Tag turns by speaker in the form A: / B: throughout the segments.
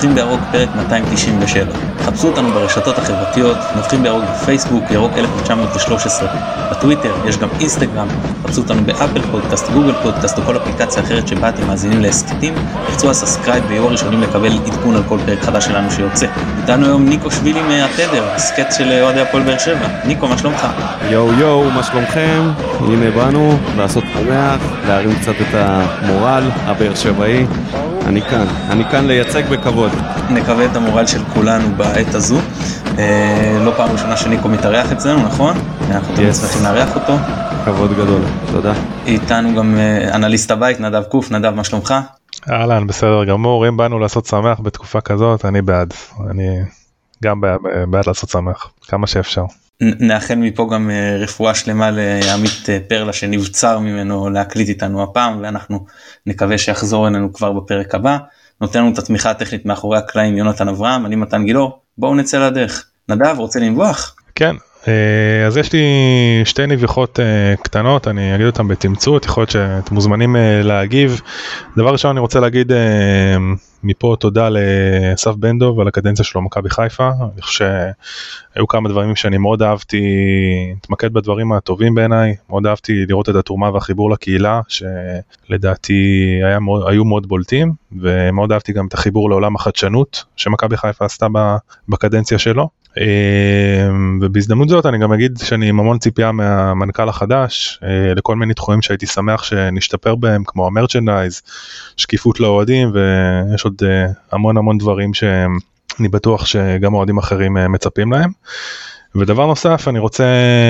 A: נובחים בירוק פרק 297. חפשו אותנו ברשתות החברתיות, נובחים בירוק בפייסבוק, ירוק 1913. בטוויטר יש גם אינסטגרם, חפשו אותנו באפל פודקאסט, גוגל פודקאסט או כל אפליקציה אחרת שבה אתם מאזינים להסקטים. לחצו על סאסקרייב ויהיו הראשונים לקבל עדכון על כל פרק חדש שלנו שיוצא. איתנו היום ניקו שבילי מהתדר, הסקט של אוהדי הפועל באר שבע. ניקו, מה שלומך?
B: יו, מה שלומכם? הנה באנו לעשות שמח, להרים קצת את המורל הבאר שבעי. אני כאן לייצג בכבוד.
A: נקווה את המורל של כולנו בעת הזו. לא פעם ראשונה שניקו מתארח אצלנו, נכון? אנחנו תמיד צריכים לארח אותו.
B: כבוד גדול, תודה.
A: איתנו גם אנליסט הבית, נדב קוף. נדב, מה שלומך?
C: אהלן, בסדר גמור. אם באנו לעשות שמח בתקופה כזאת, אני בעד. אני גם בעד לעשות שמח, כמה שאפשר.
A: נאחל מפה גם רפואה שלמה לעמית פרלה שנבצר ממנו להקליט איתנו הפעם, ואנחנו נקווה שיחזור אלינו כבר בפרק הבא. נותן לנו את התמיכה הטכנית מאחורי הקלעים יונתן אברהם, אני מתן גילור. בואו נצא לדרך. נדב, רוצה לנבוח?
C: כן, אז יש לי שתי נביחות קטנות, אני אגיד אותם בתמצות, יכול להיות שאתם מוזמנים להגיב. דבר ראשון אני רוצה להגיד מפה תודה לאסף בן דב על הקדנציה שלו מכבי חיפה. אני חושב שהיו כמה דברים שאני מאוד אהבתי, התמקד בדברים הטובים בעיניי, מאוד אהבתי לראות את התרומה והחיבור לקהילה, שלדעתי היו מאוד בולטים, ומאוד אהבתי גם את החיבור לעולם החדשנות, שמכבי חיפה עשתה בקדנציה שלו. ובהזדמנות זאת אני גם אגיד שאני עם המון ציפייה מהמנכ"ל החדש, לכל מיני תחומים שהייתי שמח שנשתפר בהם, כמו המרצ'נדייז, שקיפות לאוהדים, ויש עוד המון דברים שאני בטוח שגם אוהדים אחרים מצפים להם. ודבר נוסף, אני רוצה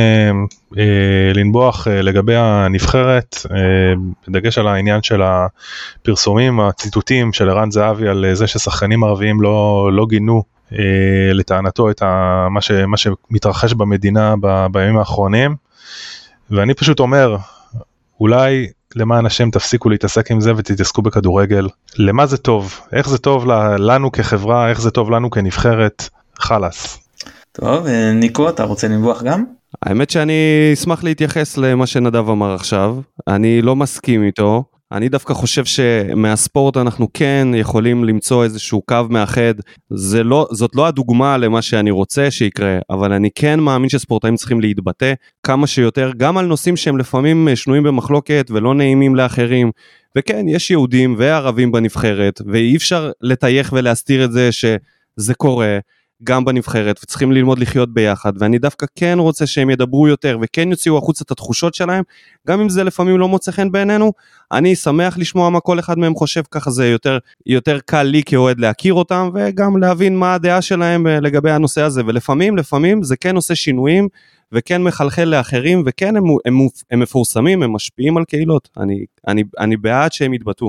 C: לנבוח לגבי הנבחרת, בדגש על העניין של הפרסומים, הציטוטים של ערן זהבי על זה ששחקנים ערביים לא גינו לטענתו את מה שמתרחש במדינה בימים האחרונים, ואני פשוט אומר, אולי למען השם תפסיקו להתעסק עם זה ותתעסקו בכדורגל. למה זה טוב? איך זה טוב לנו כחברה? איך זה טוב לנו כנבחרת? חלס.
A: טוב, ניקו, אתה רוצה לנבוח גם?
B: האמת שאני אשמח להתייחס למה שנדב אמר עכשיו. אני לא מסכים איתו. אני דווקא חושב שמהספורט אנחנו כן יכולים למצוא איזשהו קו מאחד. זאת לא הדוגמה למה שאני רוצה שיקרה, אבל אני כן מאמין שספורטאים צריכים להתבטא כמה שיותר, גם על נושאים שהם לפעמים שנויים במחלוקת ולא נעימים לאחרים. וכן, יש יהודים וערבים בנבחרת, ואי אפשר לתייך ולהסתיר את זה שזה קורה גם בנבחרת, וצריכים ללמוד לחיות ביחד, ואני דווקא כן רוצה שהם ידברו יותר, וכן יוציאו החוצה את התחושות שלהם, גם אם זה לפעמים לא מוצא חן בעינינו. אני שמח לשמוע מה כל אחד מהם חושב, ככה זה יותר קל לי כאוהד להכיר אותם, וגם להבין מה הדעה שלהם לגבי הנושא הזה, ולפעמים זה כן עושה שינויים, וכן מחלחל לאחרים, וכן הם מפורסמים, הם משפיעים על קהילות. אני בעד שהם יתבטאו,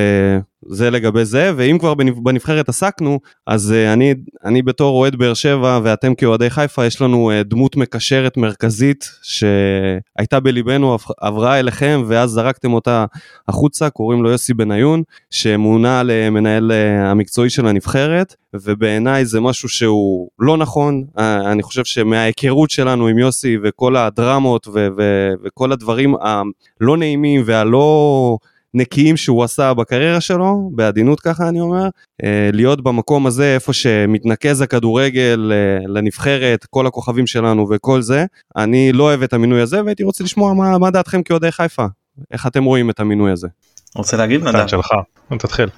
B: וזה לגבי זה. ואם כבר בנבחרת עסקנו, אז אני בתור אוהד באר שבע, ואתם כאוהדי חיפה, יש לנו דמות מקשרת מרכזית, שהייתה בליבנו, עברה אליכם, ואז זרקתם אותה החוצה, קוראים לו יוסי בניון, שמונה למנהל המקצועי של הנבחרת, ובעיניי זה משהו שהוא לא נכון. אני חושב שמההיכרות שלנו עם יוסי, וכל הדרמות, וכל הדברים הלא נעימים, והלא נקיים שהוא עשה בקריירה שלו, בעדינות ככה אני אומר, להיות במקום הזה, איפה שמתנקז הכדורגל לנבחרת, כל הכוכבים שלנו וכל זה, אני לא אוהב את המינוי הזה, והייתי רוצה לשמוע מה דעתכם כאוהדי חיפה, איך אתם רואים את המינוי הזה?
A: רוצה להגיד נדב?
C: שלך, תתחיל.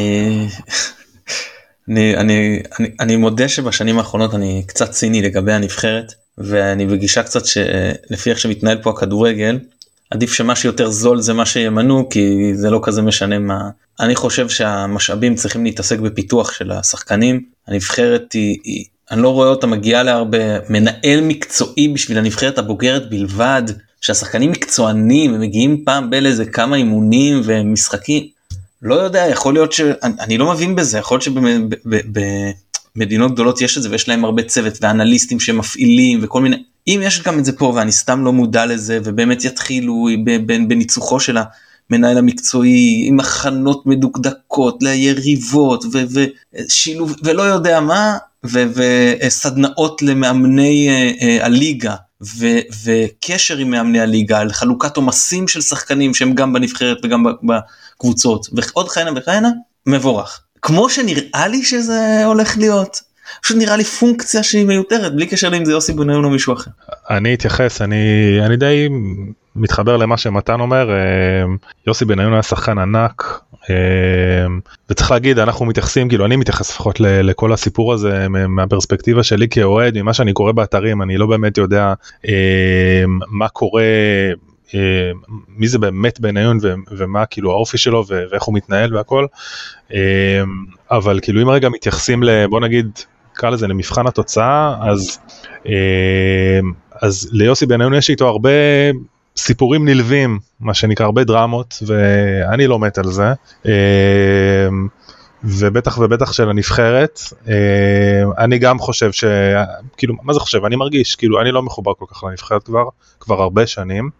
A: אני מודה שבשנים האחרונות אני קצת ציני לגבי הנבחרת, ואני בגישה קצת שלפי איך שמתנהל פה הכדורגל, עדיף שמה שיותר זול זה מה שימנו, כי זה לא כזה משנה מה. אני חושב שהמשאבים צריכים להתעסק בפיתוח של השחקנים. הנבחרת אני לא רואה אותה מגיעה להרבה מנהל מקצועי בשביל הנבחרת הבוגרת בלבד, שהשחקנים מקצוענים ומגיעים פעם באיזה כמה אימונים ומשחקים. לא יודע, יכול להיות אני לא מבין בזה, יכול להיות שבמדינות גדולות יש את זה ויש להם הרבה צוות ואנליסטים שמפעילים וכל מיני, אם יש גם את זה פה ואני סתם לא מודע לזה, ובאמת יתחילו בניצוחו של המנהל המקצועי, עם הכנות מדוקדקות ליריבות ושילוב ולא יודע מה, וסדנאות למאמני הליגה, וקשר עם מאמני הליגה, על חלוקת עומסים של שחקנים שהם גם בנבחרת וגם בקבוצות, ועוד כהנה וכהנה, מבורך. כמו שנראה לי שזה הולך להיות. פשוט נראה לי פונקציה שהיא מיותרת, בלי קשר אם זה יוסי בניון או מישהו אחר.
C: אני אתייחס, אני די מתחבר למה שמתן אומר, יוסי בניון היה שחקן ענק, וצריך להגיד, אנחנו מתייחסים, כאילו אני מתייחס לפחות לכל הסיפור הזה, מהפרספקטיבה שלי כאוהד, ממה שאני קורא באתרים, אני לא באמת יודע מה קורה, מי זה באמת בניון, ומה כאילו האופי שלו, ואיך הוא מתנהל והכל, אבל כאילו אם רגע מתייחסים בוא נגיד, קל לזה למבחן התוצאה, אז ליוסי בניון יש איתו הרבה סיפורים נלווים, מה שנקרא הרבה דרמות, ואני לא מת על זה, ובטח של הנבחרת, אני גם חושב כאילו, מה זה חושב? אני מרגיש, כאילו, אני לא מחובר כל כך לנבחרת כבר הרבה שנים,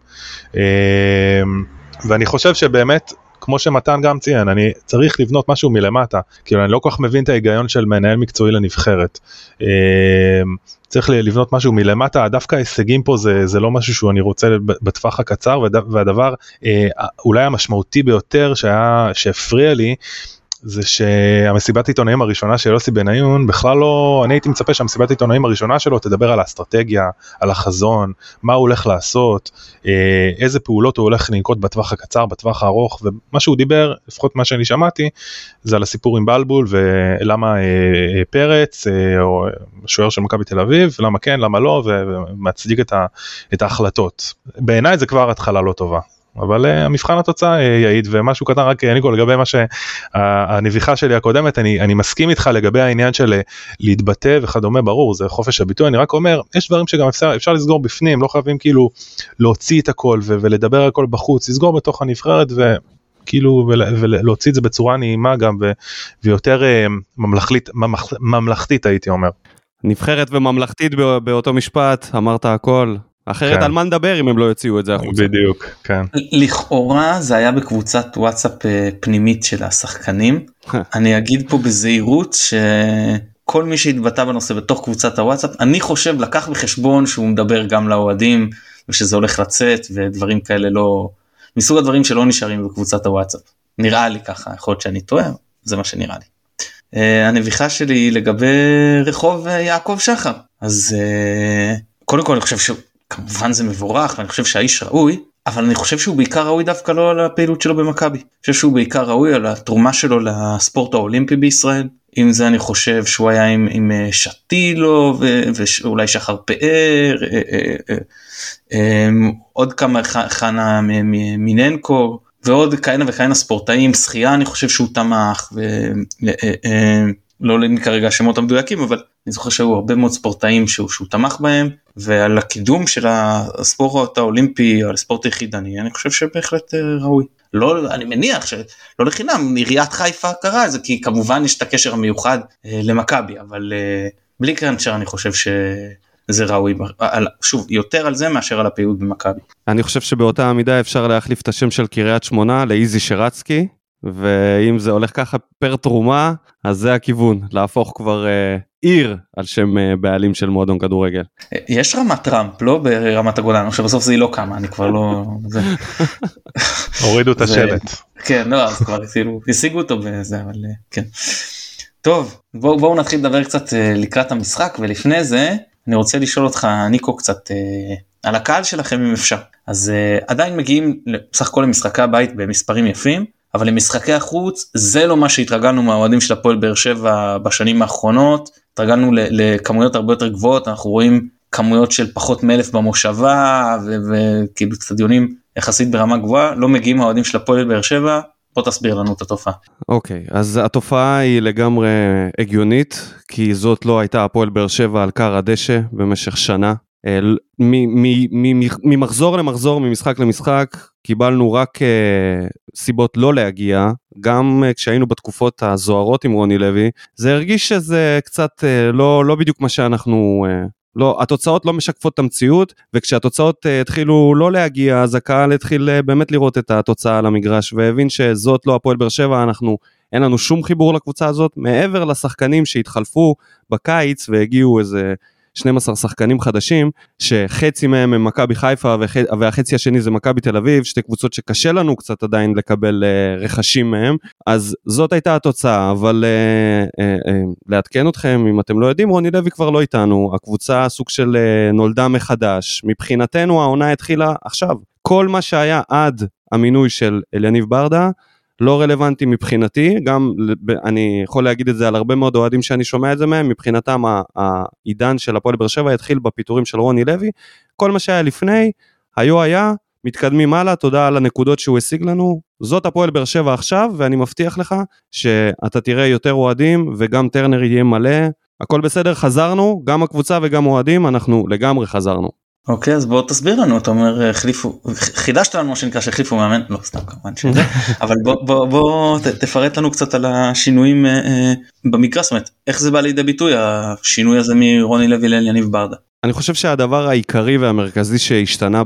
C: ואני חושב שבאמת, כמו שמתן גם ציין, אני צריך לבנות משהו מלמטה, כאילו אני לא כל כך מבין את ההיגיון של מנהל מקצועי לנבחרת, צריך לבנות משהו מלמטה, דווקא ההישגים פה זה לא משהו שאני רוצה בטווח הקצר, והדבר אולי המשמעותי ביותר שהפריע לי, זה שהמסיבת עיתונאים הראשונה של יוסי בניון, בכלל לא, אני הייתי מצפה שהמסיבת עיתונאים הראשונה שלו תדבר על האסטרטגיה, על החזון, מה הוא הולך לעשות, איזה פעולות הוא הולך לנקוט בטווח הקצר, בטווח הארוך, ומה שהוא דיבר, לפחות מה שאני שמעתי, זה על הסיפור עם בלבול, ולמה פרץ, או שוער של מכבי תל אביב, למה כן, למה לא, ומצדיק את ההחלטות. בעיניי זה כבר התחלה לא טובה. אבל המבחן התוצאה יעיד, ומשהו קטן רק ניקו לגבי מה שהנביחה שלי הקודמת, אני מסכים איתך לגבי העניין של להתבטא וכדומה, ברור, זה חופש הביטוי, אני רק אומר, יש דברים שגם אפשר לסגור בפנים, לא חייבים כאילו להוציא את הכל ולדבר הכל בחוץ, לסגור בתוך הנבחרת וכאילו ולהוציא את זה בצורה נעימה גם ויותר ממלכתית הייתי אומר.
B: נבחרת וממלכתית באותו משפט, אמרת הכל. אחרת
C: כן.
B: על מה נדבר אם הם לא יוציאו את זה החוצה.
C: בדיוק, כן.
A: לכאורה זה היה בקבוצת וואטסאפ פנימית של השחקנים. אני אגיד פה בזהירות שכל מי שהתבטא בנושא בתוך קבוצת הוואטסאפ, אני חושב לקח בחשבון שהוא מדבר גם לאוהדים, ושזה הולך לצאת ודברים כאלה לא, מסוג הדברים שלא נשארים בקבוצת הוואטסאפ. נראה לי ככה, יכול להיות שאני טועה, זה מה שנראה לי. הנביחה שלי לגבי רחוב יעקב שחר. אז קודם כל אני חושב כמובן זה מבורך, ואני חושב שהאיש ראוי, אבל אני חושב שהוא בעיקר ראוי דווקא לא על הפעילות שלו במכבי. אני חושב שהוא בעיקר ראוי על התרומה שלו לספורט האולימפי בישראל. עם זה אני חושב שהוא היה עם שטילו, ואולי שחר פאר, עוד כמה חנה מיננקו, ועוד כהנה וכהנה ספורטאים, שחייה אני חושב שהוא תמך, לא כרגע שמות המדויקים, אבל אני זוכר שהיו הרבה מאוד ספורטאים שהוא תמך בהם, ועל הקידום של הספורט האולימפי, על הספורט היחידני, אני חושב שבהחלט ראוי. לא, אני מניח שלא לחינם, עיריית חיפה קרה את זה, כי כמובן יש את הקשר המיוחד למכבי, אבל בלי קרנצ'ר אני חושב שזה ראוי, שוב, יותר על זה מאשר על הפעילות במכבי.
B: אני חושב שבאותה המידה אפשר להחליף את השם של קריית שמונה לאיזי שרצקי, ואם זה הולך ככה פר תרומה, אז זה הכיוון, להפוך כבר עיר על שם בעלים של מועדון כדורגל.
A: יש רמת טראמפ, לא ברמת הגולן, עכשיו בסוף זה לא כמה, אני כבר לא...
C: הורידו את השלט.
A: כן, לא, אז כבר השיגו אותו בזה, אבל כן. טוב, בואו נתחיל לדבר קצת לקראת המשחק, ולפני זה אני רוצה לשאול אותך, ניקו, קצת על הקהל שלכם אם אפשר. אז עדיין מגיעים בסך הכל למשחקי הבית במספרים יפים, אבל למשחקי החוץ זה לא מה שהתרגלנו מהאוהדים של הפועל באר שבע בשנים האחרונות, התרגלנו לכמויות הרבה יותר גבוהות, אנחנו רואים כמויות של פחות מ1,000 במושבה, וכאילו סטדיונים יחסית ברמה גבוהה, לא מגיעים האוהדים של הפועל באר שבע, בוא תסביר לנו את התופעה.
B: אוקיי, אז התופעה היא לגמרי הגיונית, כי זאת לא הייתה הפועל באר שבע על קר הדשא במשך שנה, ממחזור למחזור, ממשחק למשחק, קיבלנו רק סיבות לא להגיע, גם כשהיינו בתקופות הזוהרות עם רוני לוי, זה הרגיש שזה קצת לא בדיוק מה שאנחנו, התוצאות לא משקפות את המציאות, וכשהתוצאות התחילו לא להגיע, אז הקהל התחיל באמת לראות את התוצאה על המגרש, והבין שזאת לא הפועל באר שבע, אין לנו שום חיבור לקבוצה הזאת, מעבר לשחקנים שהתחלפו בקיץ, והגיעו איזה 12 שחקנים חדשים, שחצי מהם הם מכבי חיפה, והחצי השני זה מכבי תל אביב, שתי קבוצות שקשה לנו קצת עדיין לקבל רכשים מהם, אז זאת הייתה התוצאה, אבל לעדכן אתכם, אם אתם לא יודעים, רוני לוי כבר לא איתנו, הקבוצה סוג של נולדה מחדש, מבחינתנו העונה התחילה עכשיו, כל מה שהיה עד המינוי של אליניב ברדה, לא רלוונטי מבחינתי, גם אני יכול להגיד את זה על הרבה מאוד אוהדים שאני שומע את זה מהם, מבחינתם העידן של הפועל באר שבע יתחיל בפיטורים של רוני לוי, כל מה שהיה לפני, היה, מתקדמים הלאה, תודה על הנקודות שהוא השיג לנו, זאת הפועל באר שבע עכשיו, ואני מבטיח לך שאתה תראה יותר אוהדים, וגם טרנר יהיה מלא, הכל בסדר, חזרנו, גם הקבוצה וגם אוהדים, אנחנו לגמרי חזרנו.
A: אוקיי, אז בוא תסביר לנו, אתה אומר, חידשת לנו מה שנקרא שהחליפו מאמן, לא סתם כמובן שזה, אבל בוא תפרט לנו קצת על השינויים במקרה, זאת אומרת, איך זה בא לידי ביטוי, השינוי הזה מרוני לוי לאליניב ברדה?
B: אני חושב שהדבר העיקרי והמרכזי שהשתנה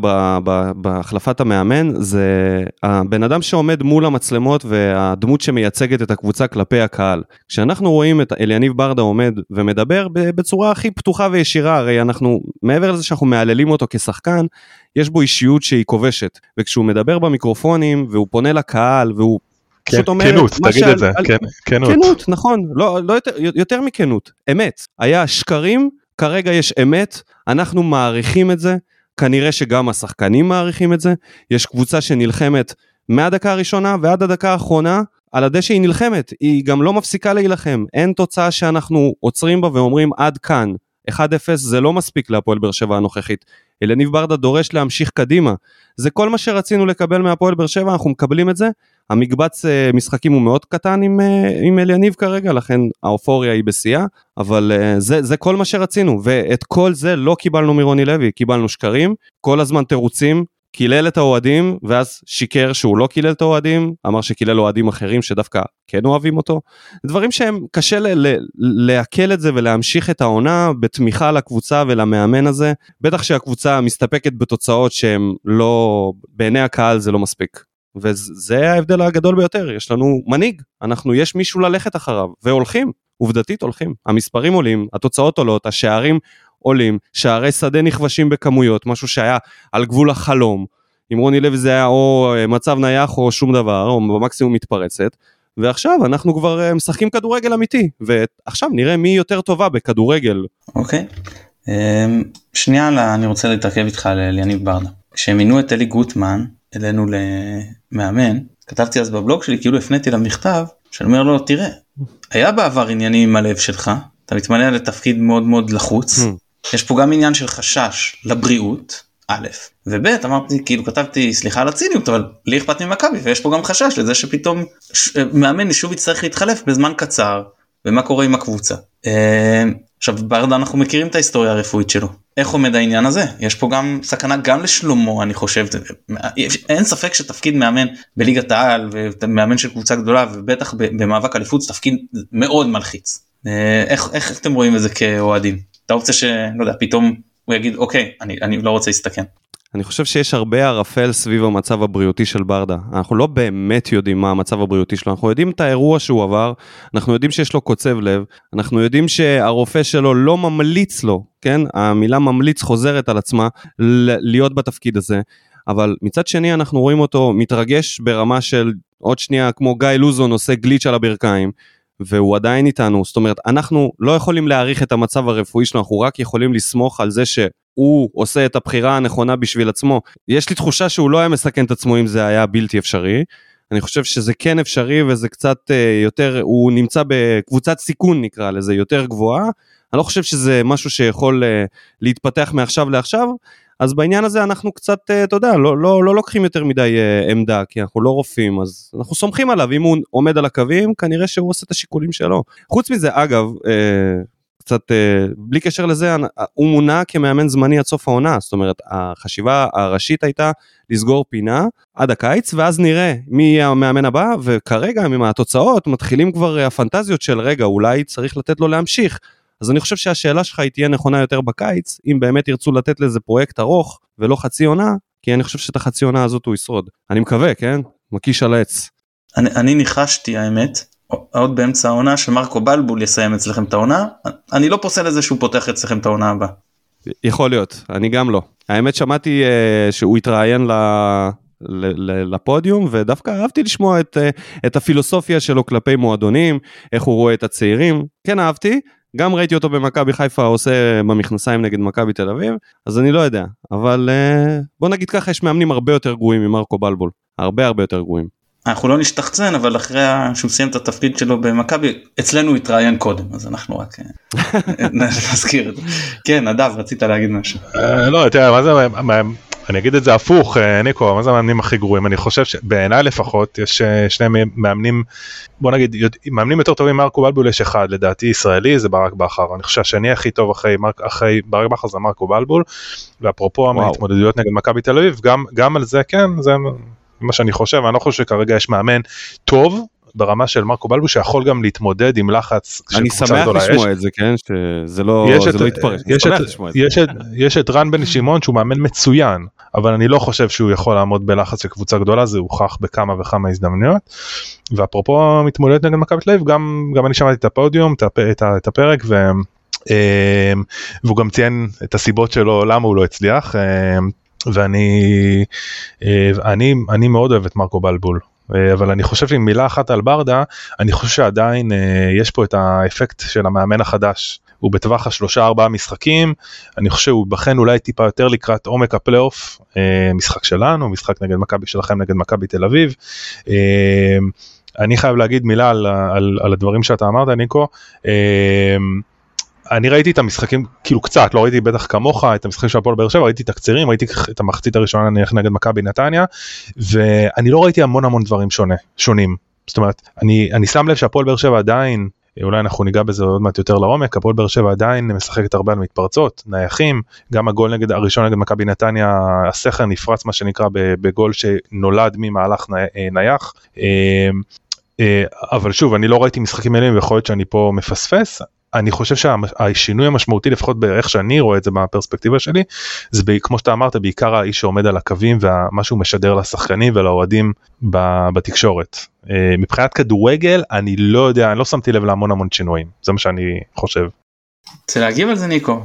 B: בהחלפת המאמן, זה הבן אדם שעומד מול המצלמות והדמות שמייצגת את הקבוצה כלפי הקהל. כשאנחנו רואים את אליניב ברדה עומד ומדבר בצורה הכי פתוחה וישירה, הרי אנחנו, מעבר לזה שאנחנו מעללים אותו כשחקן, יש בו אישיות שהיא כובשת, וכשהוא מדבר במיקרופונים והוא פונה לקהל והוא פשוט אומר,
C: כנות, תגיד את זה,
B: כנות, נכון, לא יותר מכנות, אמת, היה שקרים, כרגע יש אמת, אנחנו מעריכים את זה, כנראה שגם השחקנים מעריכים את זה, יש קבוצה שנלחמת מהדקה הראשונה ועד הדקה האחרונה, על הדשא היא נלחמת, היא גם לא מפסיקה להילחם, אין תוצאה שאנחנו עוצרים בה ואומרים עד כאן, 1-0 זה לא מספיק להפועל באר שבע הנוכחית, אליניב ברדה דורש להמשיך קדימה, זה כל מה שרצינו לקבל מהפועל באר שבע, אנחנו מקבלים את זה, המקבץ משחקים הוא מאוד קטן עם אליניב כרגע, לכן האופוריה היא בשיאה, אבל זה כל מה שרצינו, ואת כל זה לא קיבלנו מרוני לוי, קיבלנו שקרים, כל הזמן תירוצים, קילל את האוהדים, ואז שיקר שהוא לא קילל את האוהדים, אמר שקילל אוהדים אחרים שדווקא כן אוהבים אותו, דברים שהם קשה להקל את זה ולהמשיך את העונה בתמיכה לקבוצה ולמאמן הזה, בטח שהקבוצה מסתפקת בתוצאות שהם לא, בעיני הקהל זה לא מספיק. וזה ההבדל הגדול ביותר, יש לנו מנהיג, יש מישהו ללכת אחריו, והולכים, עובדתית הולכים, המספרים עולים, התוצאות עולות, השערים עולים, שערי שדה נכבשים בכמויות, משהו שהיה על גבול החלום, עם רוני לוי זה היה או מצב נייח או שום דבר, או במקסימום מתפרצת, ועכשיו אנחנו כבר משחקים כדורגל אמיתי, ועכשיו נראה מי יותר טובה בכדורגל.
A: אוקיי, שנייה אני רוצה להתרכב איתך לאליניב ברדה, כשמינו את אלי גוטמן, אלינו למאמן, כתבתי אז בבלוג שלי, כאילו הפניתי למכתב, שאני אומר לו, תראה, היה בעבר עניינים עם הלב שלך, אתה מתמלא לתפקיד מאוד מאוד לחוץ, יש פה גם עניין של חשש לבריאות, א', וב', אמרתי, כאילו כתבתי, סליחה על הציניות, אבל לי אכפת ממכבי, ויש פה גם חשש לזה שפתאום מאמן שוב יצטרך להתחלף בזמן קצר, ומה קורה עם הקבוצה. עכשיו ברדה אנחנו מכירים את ההיסטוריה הרפואית שלו, איך עומד העניין הזה? יש פה גם סכנה גם לשלומו, אני חושב, אין ספק שתפקיד מאמן בליגת העל, ומאמן של קבוצה גדולה, ובטח במאבק אליפות, תפקיד מאוד מלחיץ. איך אתם רואים את זה כאוהדים? את האופציה שלא יודע, פתאום הוא יגיד, אוקיי, אני לא רוצה להסתכן.
B: אני חושב שיש הרבה ערפל סביב המצב הבריאותי של ברדה. אנחנו לא באמת יודעים מה המצב הבריאותי שלו, אנחנו יודעים את האירוע שהוא עבר, אנחנו יודעים שיש לו קוצב לב, אנחנו יודעים שהרופא שלו לא ממליץ לו, כן? המילה ממליץ חוזרת על עצמה להיות בתפקיד הזה, אבל מצד שני אנחנו רואים אותו מתרגש ברמה של עוד שנייה כמו גיא לוזון עושה גליץ' על הברכיים, והוא עדיין איתנו, זאת אומרת, אנחנו לא יכולים להעריך את המצב הרפואי שלנו, אנחנו רק יכולים לסמוך על זה שהוא עושה את הבחירה הנכונה בשביל עצמו. יש לי תחושה שהוא לא היה מסכן את עצמו אם זה היה בלתי אפשרי, אני חושב שזה כן אפשרי וזה קצת יותר, הוא נמצא בקבוצת סיכון נקרא לזה, יותר גבוהה, אני לא חושב שזה משהו שיכול להתפתח מעכשיו לעכשיו, אז בעניין הזה אנחנו קצת, אתה יודע, לא לוקחים יותר מדי עמדה, כי אנחנו לא רופאים, אז אנחנו סומכים עליו, אם הוא עומד על הקווים, כנראה שהוא עושה את השיקולים שלו. חוץ מזה, אגב, קצת, בלי קשר לזה, הוא מונה כמאמן זמני עד סוף העונה, זאת אומרת, החשיבה הראשית הייתה לסגור פינה עד הקיץ, ואז נראה מי יהיה המאמן הבא, וכרגע עם התוצאות מתחילים כבר הפנטזיות של רגע, אולי צריך לתת לו להמשיך, אז אני חושב שהשאלה שלך היא תהיה נכונה יותר בקיץ, אם באמת ירצו לתת לזה פרויקט ארוך, ולא חצי עונה, כי אני חושב שאת החצי עונה הזאת הוא ישרוד. אני מקווה, כן? מקיש על העץ.
A: אני ניחשתי האמת, עוד באמצע העונה, שמרקו בלבול יסיים אצלכם את העונה, אני לא פוסל לזה שהוא פותח אצלכם את העונה הבאה.
B: יכול להיות, אני גם לא. האמת שמעתי שהוא התראיין לפודיום, ודווקא אהבתי לשמוע את הפילוסופיה שלו כלפי מועדונים, איך הוא רואה את הצעירים, כן אהבתי, גם ראיתי אותו במכבי חיפה עושה במכנסיים נגד מכבי תל אביב, אז אני לא יודע, אבל בוא נגיד ככה, יש מאמנים הרבה יותר גרועים ממרקו בלבול, הרבה יותר גרועים.
A: אנחנו לא נשתחצן, אבל אחרי שהוא סיים את התפקיד שלו במכבי, אצלנו הוא התראיין קודם, אז אנחנו רק נזכיר את זה. כן, נדב, רצית להגיד משהו.
C: לא, תראה, מה זה, אני אגיד את זה הפוך, ניקו, מה זה המאמנים הכי גרועים? אני חושב שבעיניי לפחות יש שני מאמנים, בוא נגיד, מאמנים יותר טובים ממרקו בלבול, יש אחד, לדעתי ישראלי, זה ברק בכר. אני חושב שהשני הכי טוב אחרי ברק בכר זה מרקו בלבול, ואפרופו ההתמודדויות נגד מכבי תל אביב, גם על זה כן, זה מה שאני חושב, אני לא חושב שכרגע יש מאמן טוב, ברמה של מרקו בלבול, שיכול גם להתמודד עם לחץ.
B: אני שמח לשמוע את זה, כן? שזה לא יתפרש.
C: יש את רן בן שמעון, שהוא מאמן מצוין, אבל אני לא חושב שהוא יכול לעמוד בלחץ של קבוצה גדולה, זה הוכח בכמה וכמה הזדמנויות. ואפרופו מתמודד נגד מכבי תל אביב, גם אני שמעתי את הפודיום, את הפרק, והוא גם ציין את הסיבות שלו, למה הוא לא הצליח, ואני מאוד אוהב את מרקו בלבול. אבל אני חושב שעם מילה אחת על ברדה, אני חושב שעדיין יש פה את האפקט של המאמן החדש, הוא בטווח 3-4 משחקים, אני חושב שהוא בחן אולי טיפה יותר לקראת עומק הפלייאוף, משחק שלנו, משחק נגד מכבי שלכם נגד מכבי תל אביב, אני חייב להגיד מילה על הדברים שאתה אמרת, ניקו, אני ראיתי את המשחקים, כאילו קצת, לא ראיתי בטח כמוך, את המשחקים של הפועל באר שבע, ראיתי את הקצרים, ראיתי את המחצית הראשונה נגד מכבי נתניה, ואני לא ראיתי המון דברים שונים. זאת אומרת, אני שם לב שהפועל באר שבע עדיין, אולי אנחנו ניגע בזה עוד מעט יותר לעומק, הפועל באר שבע עדיין משחקת הרבה על מתפרצות, נייחים, גם הגול הראשון נגד מכבי נתניה, הסכר נפרץ מה שנקרא בגול שנולד ממהלך נייח, אבל שוב, אני לא ראיתי משחקים אליהם, ויכול להיות שאני פה מפספס, אני חושב שהשינוי המשמעותי, לפחות באיך שאני רואה את זה בפרספקטיבה שלי, זה כמו שאתה אמרת, בעיקר האיש שעומד על הקווים, ומה שהוא משדר לשחקנים ולאוהדים בתקשורת. מבחינת כדורגל, אני לא יודע, אני לא שמתי לב להמון שינויים, זה מה שאני חושב.
A: רוצה להגיב על זה ניקו?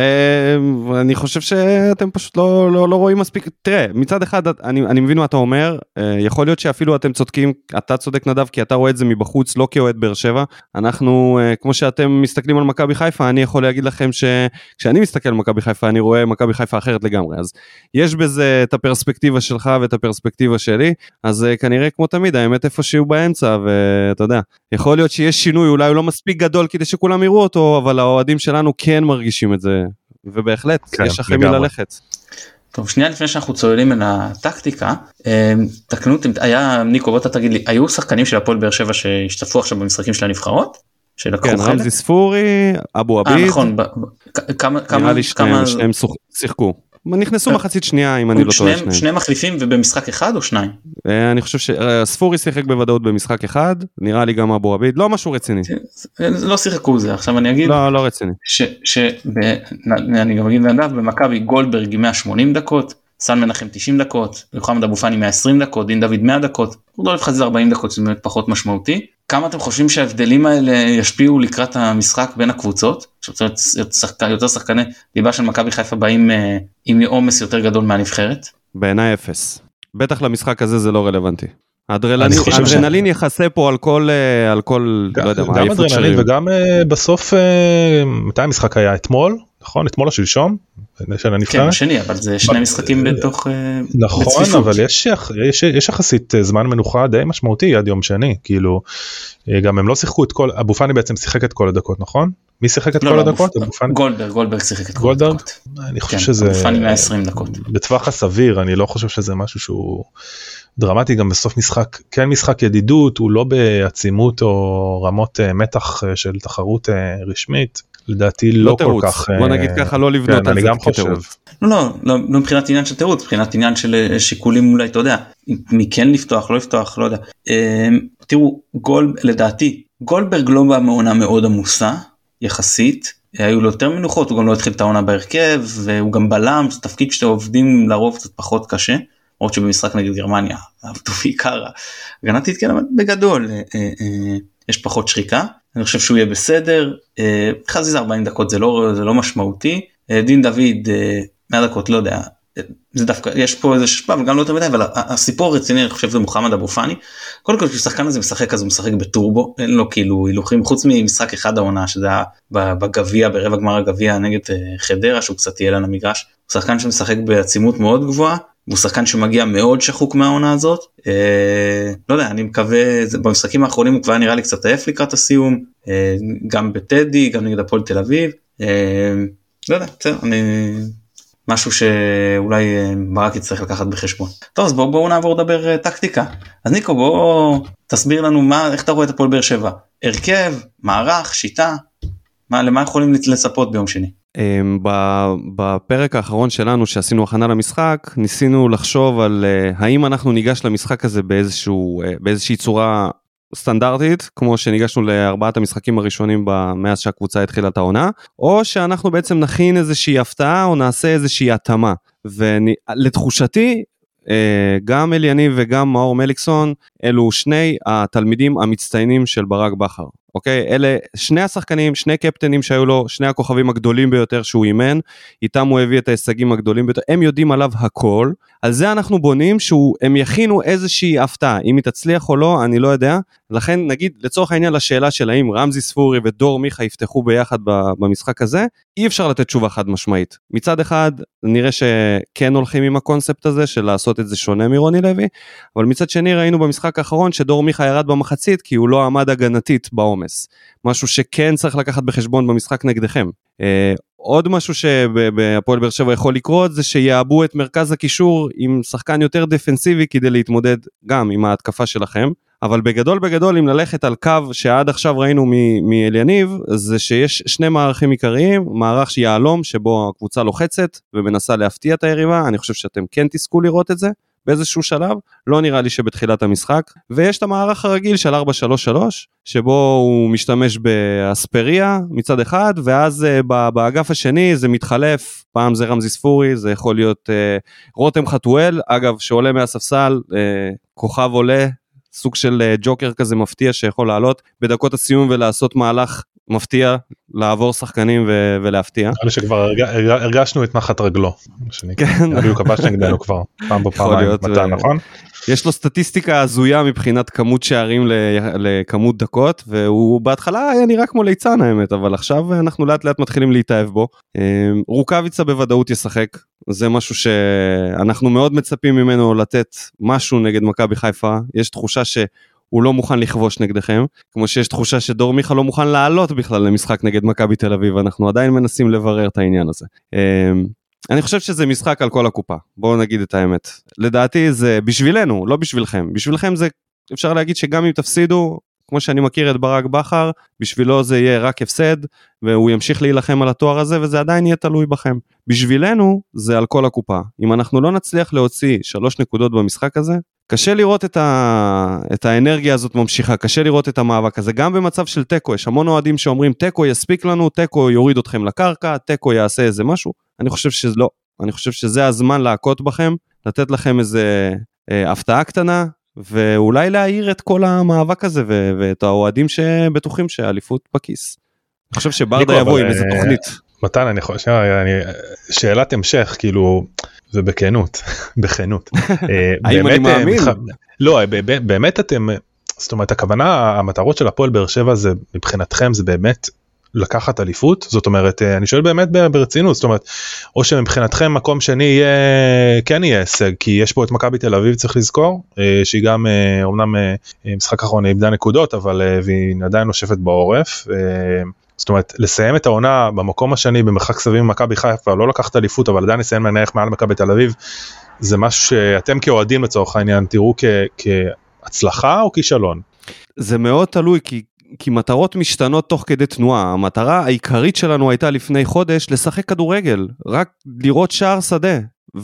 B: אני חושב שאתם פשוט לא רואים מספיק, תראה, מצד אחד אני מבין מה אתה אומר, יכול להיות שאפילו אתם צודקים, אתה צודק נדב, כי אתה רואה את זה מבחוץ, לא כאוהד באר שבע, אנחנו, כמו שאתם מסתכלים על מכבי חיפה, אני יכול להגיד לכם שכשאני מסתכל על מכבי חיפה, אני רואה מכבי חיפה אחרת לגמרי, אז יש בזה את הפרספקטיבה שלך ואת הפרספקטיבה שלי, אז כנראה כמו תמיד, האמת איפה שהוא באמצע, ואתה יודע, יכול להיות שיש שינוי, אולי הוא לא מספיק גדול כדי שכולם יראו אותו, אבל האוהדים שלנו כן מרגישים את זה, ובהחלט, כן, יש לכם מי ללכת.
A: טוב, שנייה לפני שאנחנו צוללים אל הטקטיקה, תקנו, היה, ניקו, בוא תגיד לי, היו שחקנים של הפועל באר שבע שהשתתפו עכשיו במשחקים של הנבחרות?
B: כן, רמזי ספורי, אבו עביד.
A: נכון,
B: נראה לי שניהם שיחקו. נכנסו מחצית שנייה, אם אני לא טועה שניים.
A: שני מחליפים ובמשחק אחד או שניים?
B: אני חושב שספורי שיחק בוודאות במשחק אחד, נראה לי גם אבו עביד, לא משהו רציני.
A: לא שיחקו זה, עכשיו אני אגיד.
B: לא רציני.
A: אני גם אגיד נדב, במכבי גולדברג 180 דקות, סן מנחם 90 דקות, יוחמד אבו פאני 120 דקות, דין דוד 100 דקות, רודולף חזיזה 40 דקות, זה באמת פחות משמעותי. כמה אתם חושבים שההבדלים האלה ישפיעו לקראת המשחק בין הקבוצות? יותר שחקני ליבה של מכבי חיפה באים עם עומס יותר גדול מהנבחרת?
B: בעיניי 0. בטח למשחק הזה זה לא רלוונטי. האדרנלין יחסה פה על כל, לא יודע מה,
C: גם אדרנלין וגם בסוף, מתי המשחק היה? אתמול? נכון? אתמול או שלשום?
A: כן, שני, אבל זה שני משחקים בתוך...
C: נכון, אבל יש יחסית זמן מנוחה די משמעותי עד יום שני, כאילו, גם הם לא שיחקו את כל, אבו פאני בעצם שיחק את כל הדקות, נכון? מי שיחק את כל הדקות?
A: גולדברג שיחק את כל הדקות.
C: אני חושב שזה...
A: אבו פאני 120 דקות.
C: בטווח הסביר, אני לא חושב שזה משהו שהוא דרמטי, גם בסוף משחק, כן משחק ידידות, הוא לא בעצימות או רמות מתח של תחרות רשמית. לדעתי לא כל כך,
B: בוא נגיד ככה, לא לבנות על זה כתירוץ.
A: לא מבחינת עניין של תירוץ, מבחינת עניין של שיקולים אולי, אתה יודע, מי כן לפתוח, לא לפתוח, לא יודע. תראו, לדעתי, גולדברג לא בא מעונה מאוד עמוסה, יחסית, היו לו יותר מנוחות, הוא גם לא התחיל את העונה בהרכב, והוא גם בלם, זה תפקיד שאתם עובדים לרוב קצת פחות קשה, עוד שבמשחק נגד גרמניה, עבדו בעיקר, הגנתית כן, אבל בגדול, יש פחות שריקה, אני חושב שהוא יהיה בסדר, חזיזה 40 דקות זה לא משמעותי, דין דוד, 100 דקות, לא יודע, זה דווקא, יש פה איזה שפה, אבל גם לא יותר מדי, אבל הסיפור הרציני, אני חושב, זה מוחמד אבו פאני. קודם כל, כששחקן הזה משחק, אז הוא משחק בטורבו, אין לו כאילו הילוכים, חוץ ממשחק אחד העונה, שזה היה בגביע, ברבע גמר הגביע, נגד חדרה, שהוא קצת יהיה על המגרש. הוא שחקן שמשחק בעצימות מאוד גבוהה, הוא שחקן שמגיע מאוד שחוק מהעונה הזאת. לא יודע, אני מקווה, במשחקים האחרונים הוא כבר נראה לי קצת עייף לקראת הסיום, גם בטדי, גם נגד הפועל תל אביב. לא יודע, בסדר, משהו שאולי ברק יצטרך לקחת בחשבון. טוב, אז בואו נעבור לדבר טקטיקה. אז ניקו, בואו תסביר לנו איך אתה רואה את הפועל באר שבע. הרכב, מערך, שיטה, למה יכולים לצפות ביום שני?
B: בפרק האחרון שלנו שעשינו הכנה למשחק, ניסינו לחשוב על האם אנחנו ניגש למשחק הזה באיזושהי צורה סטנדרטית, כמו שניגשנו לארבעת המשחקים הראשונים מאז שהקבוצה התחילה את העונה, או שאנחנו בעצם נכין איזושהי הפתעה, או נעשה איזושהי התאמה. ולתחושתי, גם אליניב וגם מאור מליקסון, אלו שני התלמידים המצטיינים של ברק בכר. אוקיי? אלה שני השחקנים, שני קפטנים שהיו לו, שני הכוכבים הגדולים ביותר שהוא אימן, איתם הוא הביא את ההישגים הגדולים ביותר, הם יודעים עליו הכל, על זה אנחנו בונים שהם יכינו איזושהי הפתעה, אם היא תצליח או לא, אני לא יודע, לכן נגיד לצורך העניין לשאלה של האם רמזי ספורי ודור מיכה יפתחו ביחד במשחק הזה, אי אפשר לתת תשובה חד משמעית. מצד אחד נראה שכן הולכים עם הקונספט הזה של לעשות את זה שונה מרוני לוי, אבל מצד שני ראינו במשחק האחרון שדור מיכה ירד במחצית כי הוא לא עמד הגנתית בעומס, משהו שכן צריך לקחת בחשבון במשחק נגדכם. עוד משהו שבהפועל באר שבע יכול לקרות זה שיעבו את מרכז הקישור עם שחקן יותר דפנסיבי כדי להתמודד גם עם ההתקפה שלכם, אבל בגדול אם ללכת על קו שעד עכשיו ראינו מאליניב, זה שיש שני מערכים עיקריים, מערך שיעלום שבו הקבוצה לוחצת ומנסה להפתיע את היריבה, אני חושב שאתם כן תזכו לראות את זה באיזשהו שלב, לא נראה לי שבתחילת המשחק, ויש את המערך הרגיל של 4-3-3, שבו הוא משתמש באספריה מצד אחד, ואז באגף השני זה מתחלף, פעם זה רמזי ספורי, זה יכול להיות רותם חתואל, אגב שעולה מהספסל, כוכב עולה, סוג של ג'וקר כזה מפתיע שיכול לעלות בדקות הסיום ולעשות מהלך מפתיע, לעבור שחקנים ולהפתיע.
C: נראה לי שכבר הרגשנו את נחת רגלו. כן. הוא כבש נגדנו כבר, פעם בפעמיים, מתן, נכון?
B: יש לו סטטיסטיקה הזויה מבחינת כמות שערים לכמות דקות, והוא בהתחלה היה נראה כמו ליצן האמת, אבל עכשיו אנחנו לאט לאט מתחילים להתאהב בו. רוקאביצה בוודאות ישחק, זה משהו שאנחנו מאוד מצפים ממנו לתת משהו נגד מכבי חיפה, יש תחושה שהוא לא מוכן לכבוש נגדכם, כמו שיש תחושה שדור מיכה לא מוכן לעלות בכלל למשחק נגד מכבי תל אביב, אנחנו עדיין מנסים לברר את העניין הזה. אני חושב שזה משחק על כל הקופה, בואו נגיד את האמת. לדעתי זה בשבילנו, לא בשבילכם. בשבילכם זה, אפשר להגיד שגם אם תפסידו, כמו שאני מכיר את ברק בכר, בשבילו זה יהיה רק הפסד, והוא ימשיך להילחם על התואר הזה, וזה עדיין יהיה תלוי בכם. בשבילנו זה על כל הקופה. אם אנחנו לא נצליח להוציא 3 נקודות במשחק הזה, קשה לראות את האנרגיה הזאת ממשיכה, קשה לראות את המאבק הזה, גם במצב של טקו, יש המון אוהדים שאומרים, טקו יספיק לנו, טקו יוריד אתכם לקרקע, טקו יעשה איזה משהו, אני חושב שלא, אני חושב שזה הזמן להכות בכם, לתת לכם איזה הפתעה קטנה, ואולי להעיר את כל המאבק הזה, ואת האוהדים שבטוחים שהאליפות בכיס. אני חושב שברדה יבוא עם איזה תוכנית.
C: מתן, אני חושב, שאלת המשך, כאילו, ובכנות, בכנות.
B: האם אני מאמין?
C: לא, באמת אתם, זאת אומרת, הכוונה, המטרות של הפועל באר שבע זה, מבחינתכם זה באמת לקחת אליפות, זאת אומרת, אני שואל באמת ברצינות, זאת אומרת, או שמבחינתכם מקום שני כן יהיה הישג, כי יש פה את מכבי תל אביב, צריך לזכור, שהיא גם, אומנם משחק האחרון איבדה נקודות, אבל והיא עדיין נושפת בעורף, זאת אומרת, לסיים את העונה במקום השני, במרחק סביר ממכבי חיפה, לא לקחת אליפות, אבל עדיין לסיים מנהיח מעל מכבי תל אביב, זה משהו שאתם כאוהדים לצורך העניין, תראו כהצלחה או כישלון?
B: זה מאוד תלוי, כי מטרות משתנות תוך כדי תנועה. המטרה העיקרית שלנו הייתה לפני חודש לשחק כדורגל, רק לראות שער שדה,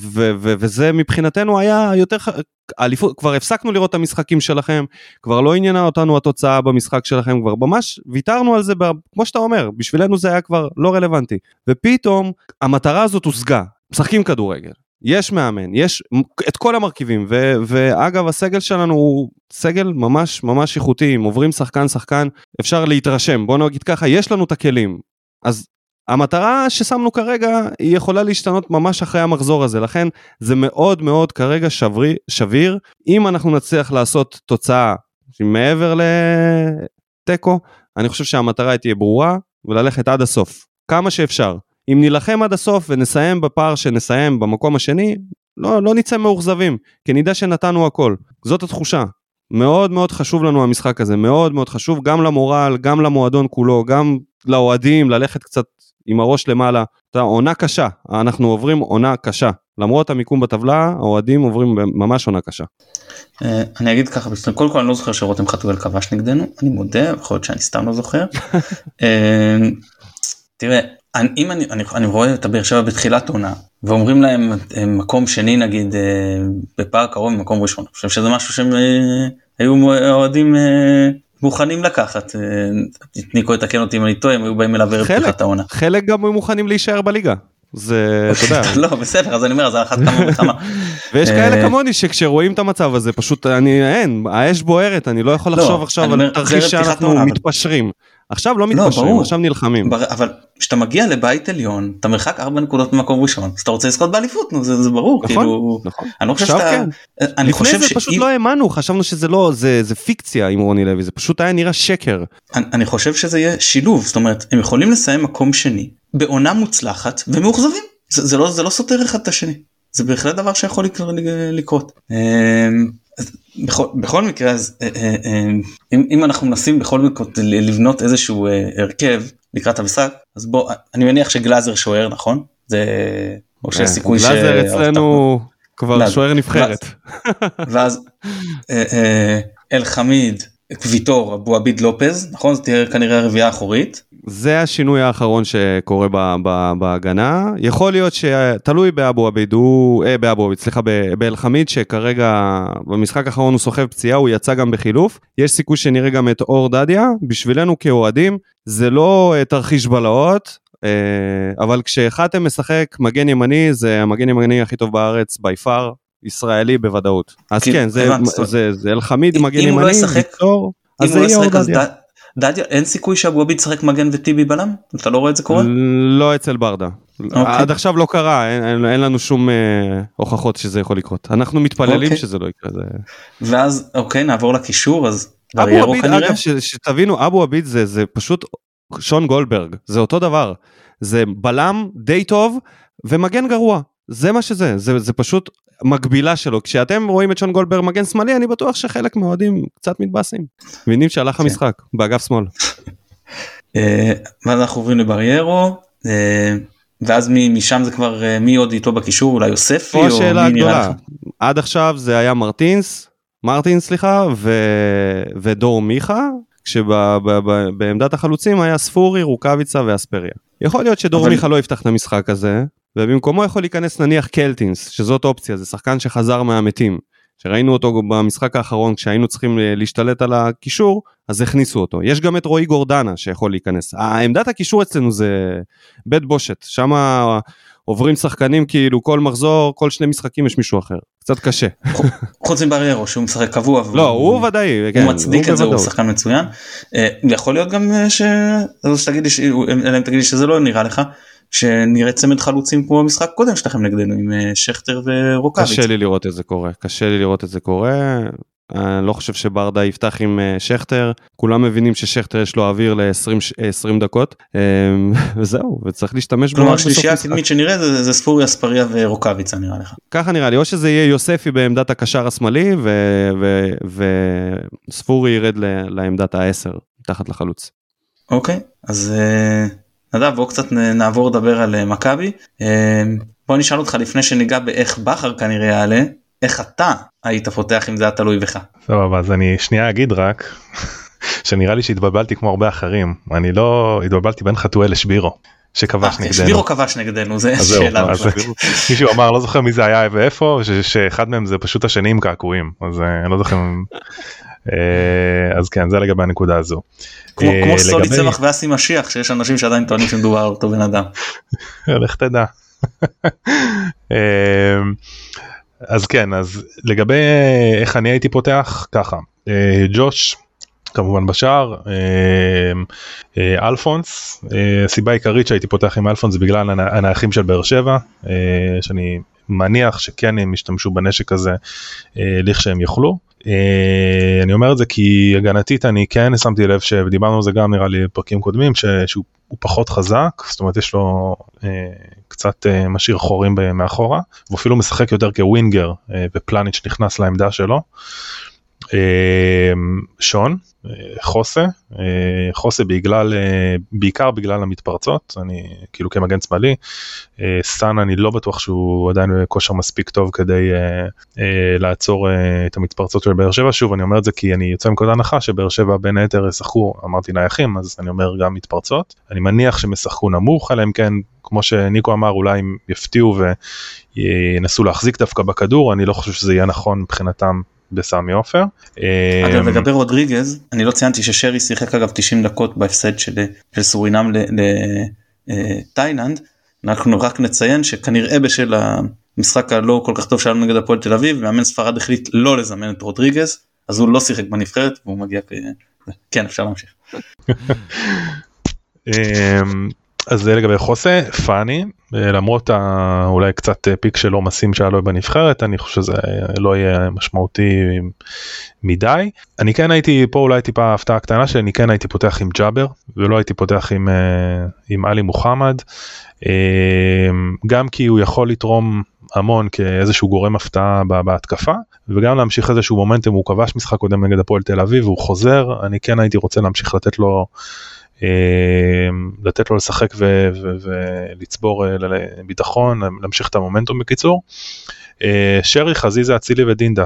B: וזה מבחינתנו היה יותר, כבר הפסקנו לראות את המשחקים שלכם, כבר לא עניינה אותנו התוצאה במשחק שלכם, כבר ממש ויתרנו על זה, כמו שאתה אומר, בשבילנו זה היה כבר לא רלוונטי, ופתאום המטרה הזאת הושגה, משחקים כדורגל, יש מאמן, יש את כל המרכיבים, ואגב הסגל שלנו הוא סגל ממש ממש איכותי, אם עוברים שחקן, אפשר להתרשם, בוא נגיד ככה, יש לנו את הכלים, אז המטרה ששמנו כרגע היא יכולה להשתנות ממש אחרי המחזור הזה, לכן זה מאוד מאוד כרגע שביר, אם אנחנו נצליח לעשות תוצאה מעבר לטקו, אני חושב שהמטרה תהיה ברורה, וללכת עד הסוף, כמה שאפשר. אם נלחם עד הסוף ונסיים בפער שנסיים במקום השני, לא נצא מאוכזבים, כי נדע שנתנו הכל. זאת התחושה. מאוד מאוד חשוב לנו המשחק הזה, מאוד מאוד חשוב, גם למורל, גם למועדון כולו, גם לאוהדים, ללכת קצת עם הראש למעלה. עונה קשה, אנחנו עוברים עונה קשה. למרות המיקום בטבלה, האוהדים עוברים ממש עונה קשה.
A: אני אגיד ככה, קודם כל אני לא זוכר שרותם חתואל כבש נגדנו, אני מודה, יכול להיות שאני סתם לא זוכר. תראה, אם אני רואה את הבאר שבע בתחילת עונה, ואומרים להם מקום שני נגיד, בפער קרוב ממקום ראשון, אני חושב שזה משהו שהם היו אוהדים מוכנים לקחת, ניקו יתקן אותי אם אני טועה, הם היו באים אליו בפתיחת העונה.
B: חלק גם היו מוכנים להישאר בליגה. זה, אתה יודע.
A: לא, בסדר, אז אני אומר, זה אחת כמה וכמה.
B: ויש כאלה כמוני שכשרואים את המצב הזה, פשוט האש בוערת, אני לא יכול לחשוב עכשיו על תרחיש שאנחנו מתפשרים. עכשיו לא מתפשרים, עכשיו נלחמים.
A: אבל כשאתה מגיע לבית עליון, אתה מרחק 4 נקודות במקום ראשון, אז אתה רוצה לזכות באליפות, זה ברור.
B: נכון, נכון. עכשיו כן. לפני זה פשוט לא האמנו, חשבנו שזה לא, זה פיקציה עם רוני לוי, זה פשוט היה נראה שקר.
A: אני חושב שזה יהיה שילוב, זאת אומרת, הם יכולים לסיים מקום שני, בעונה מוצלחת ומאוכזבים. זה לא סותר אחד את השני. זה בהחלט דבר שיכול לקרות. בכל מקרה, אז אם אנחנו מנסים בכל מקרה לבנות איזשהו הרכב לקראת המשחק, אז בוא, אני מניח שגלאזר שוער, נכון? זה, או שיש סיכוי
B: גלאזר אצלנו כבר שוער נבחרת.
A: ואז אל חמיד, ויטור, אבו עביד לופז, נכון? זה תהיה כנראה הרביעה האחורית.
B: זה השינוי האחרון שקורה בהגנה, יכול להיות שתלוי באבו עביד, סליחה, באל חמיד, שכרגע במשחק האחרון הוא סוחב פציעה, הוא יצא גם בחילוף, יש סיכוי שנראה גם את אור דדיה, בשבילנו כאוהדים, זה לא תרחיש בלהות, אבל כשאחתם משחק מגן ימני, זה המגן ימני הכי טוב בארץ, by far, ישראלי בוודאות. אז כן, זה אל חמיד מגן ימני, ויטור, אז זה יהיה אור דדיה.
A: דדיה, אין סיכוי שאבו עביד שחק מגן וטיבי בלם? אתה לא רואה את זה קורה?
B: לא אצל ברדה. עד עכשיו לא קרה, אין לנו שום הוכחות שזה יכול לקרות. אנחנו מתפללים שזה לא יקרה.
A: ואז, אוקיי, נעבור לקישור, אז בריירו כנראה.
B: אגב, שתבינו, אבו עביד זה פשוט שון גולדברג, זה אותו דבר. זה בלם די טוב ומגן גרוע. זה מה שזה, זה פשוט מקבילה שלו. כשאתם רואים את שון גולדברג מגן שמאלי, אני בטוח שחלק מהאוהדים קצת מתבאסים. מבינים שהלך המשחק, באגף שמאל.
A: ואז אנחנו עוברים לבריירו, ואז משם זה כבר, מי עוד איתו בקישור, אולי יוספי?
B: פה השאלה הגדולה. עד עכשיו זה היה מרטינס, סליחה, ודור מיכה, כשבעמדת החלוצים היה ספורי, רוקביצה ואספריה. יכול להיות שדור מיכה לא יפתח את המשחק הזה, ובמקומו יכול להיכנס נניח קלטינס, שזאת אופציה, זה שחקן שחזר מהמתים, שראינו אותו במשחק האחרון, כשהיינו צריכים להשתלט על הקישור, אז הכניסו אותו. יש גם את רועי גורדנה שיכול להיכנס. העמדת הקישור אצלנו זה בית בושת, שם עוברים שחקנים כאילו כל מחזור, כל 2 משחקים יש מישהו אחר. קצת קשה.
A: חוץ מבריירו, שהוא משחק קבוע.
B: לא, הוא ודאי.
A: הוא מצדיק את זה, הוא שחקן מצוין. יכול להיות גם אלא אם תגיד לי שזה לא נראה לך, שנראה צמד חלוצים כמו במשחק קודם שלכם נגדנו, עם שכטר ורוקביץ.
B: קשה לי לראות את זה קורה, אני לא חושב שברדה יפתח עם שכטר, כולם מבינים ששכטר יש לו אוויר ל-20 דקות, וזהו, וצריך להשתמש בו.
A: כלומר, שלישייה הקדמית שנראה זה ספורי, אספריה ורוקביץ, נראה לך.
B: ככה נראה לי, או שזה יהיה יוספי בעמדת הקשר השמאלי, וספורי ירד לעמדת ה-10, תחת לחלוץ.
A: אוקיי, אז נדב, בואו קצת נעבור לדבר על מכבי. בוא נשאל אותך לפני שניגע באיך בחר כנראה יעלה, איך אתה היית פותח אם זה היה תלוי בך?
C: טוב, אז אני שנייה אגיד רק, שנראה לי שהתבלבלתי כמו הרבה אחרים, אני לא התבלבלתי בין חתואל לשבירו, שכבש נגדנו.
A: שבירו כבש נגדנו, זה שאלה.
C: מישהו אמר, לא זוכר מי זה היה ואיפה, שאחד מהם זה פשוט השני עם קעקועים, אז אני לא זוכר, אז כן, זה לגבי הנקודה הזו.
A: כמו סולי צמח ואסי משיח, שיש אנשים שעדיין טוענים שמדובר על אותו בן אדם.
C: לך תדע. אז כן, אז לגבי איך אני הייתי פותח, ככה, ג'וש כמובן בשער, אלפונס, הסיבה העיקרית שהייתי פותח עם אלפונס זה בגלל הנייחים של באר שבע, שאני מניח שכן הם השתמשו בנשק הזה לכשהם יוכלו. אני אומר את זה כי הגנתית אני כן שמתי לב ודיברנו על זה גם נראה לי בפרקים קודמים, שהוא פחות חזק, זאת אומרת יש לו קצת משאיר חורים מאחורה, ואפילו משחק יותר כווינגר, ופלניץ' נכנס לעמדה שלו. שון, חוסה בעיקר בגלל המתפרצות, אני כאילו כמגן שמאלי, סאן אני לא בטוח שהוא עדיין בכושר מספיק טוב כדי לעצור את המתפרצות של באר שבע, שוב אני אומר את זה כי אני יוצא מנקודת הנחה שבאר שבע בין היתר ישחקו, אמרתי נייחים, אז אני אומר גם מתפרצות, אני מניח שהם ישחקו נמוך, אלא אם כן, כמו שניקו אמר, אולי הם יפתיעו וינסו להחזיק דווקא בכדור, אני לא חושב שזה יהיה נכון מבחינתם, בסמי עופר.
A: אגב, לגבי רודריגז, אני לא ציינתי ששרי שיחק אגב 90 דקות בהפסד של סורינם לתאילנד, אנחנו רק נציין שכנראה בשל המשחק הלא כל כך טוב שלנו נגד הפועל תל אביב, מאמן ספרד החליט לא לזמן את רודריגז, אז הוא לא שיחק בנבחרת, והוא מגיע כן, אפשר להמשיך.
C: אז זה לגבי חוסה, פאני, למרות אולי קצת פיק של עומסים שהיה לו בנבחרת, אני חושב שזה לא יהיה משמעותי מדי. אני כן הייתי, פה אולי טיפה הפתעה קטנה, שאני כן הייתי פותח עם ג'אבר, ולא הייתי פותח עם אלי מוחמד, גם כי הוא יכול לתרום המון כאיזשהו גורם הפתעה בהתקפה, וגם להמשיך איזשהו מומנטום, הוא כבש משחק קודם נגד הפועל תל אביב, והוא חוזר, אני כן הייתי רוצה להמשיך לתת לו לשחק ולצבור ביטחון, להמשיך את המומנטום בקיצור. שרי, חזיזה, אצילי ודינדה,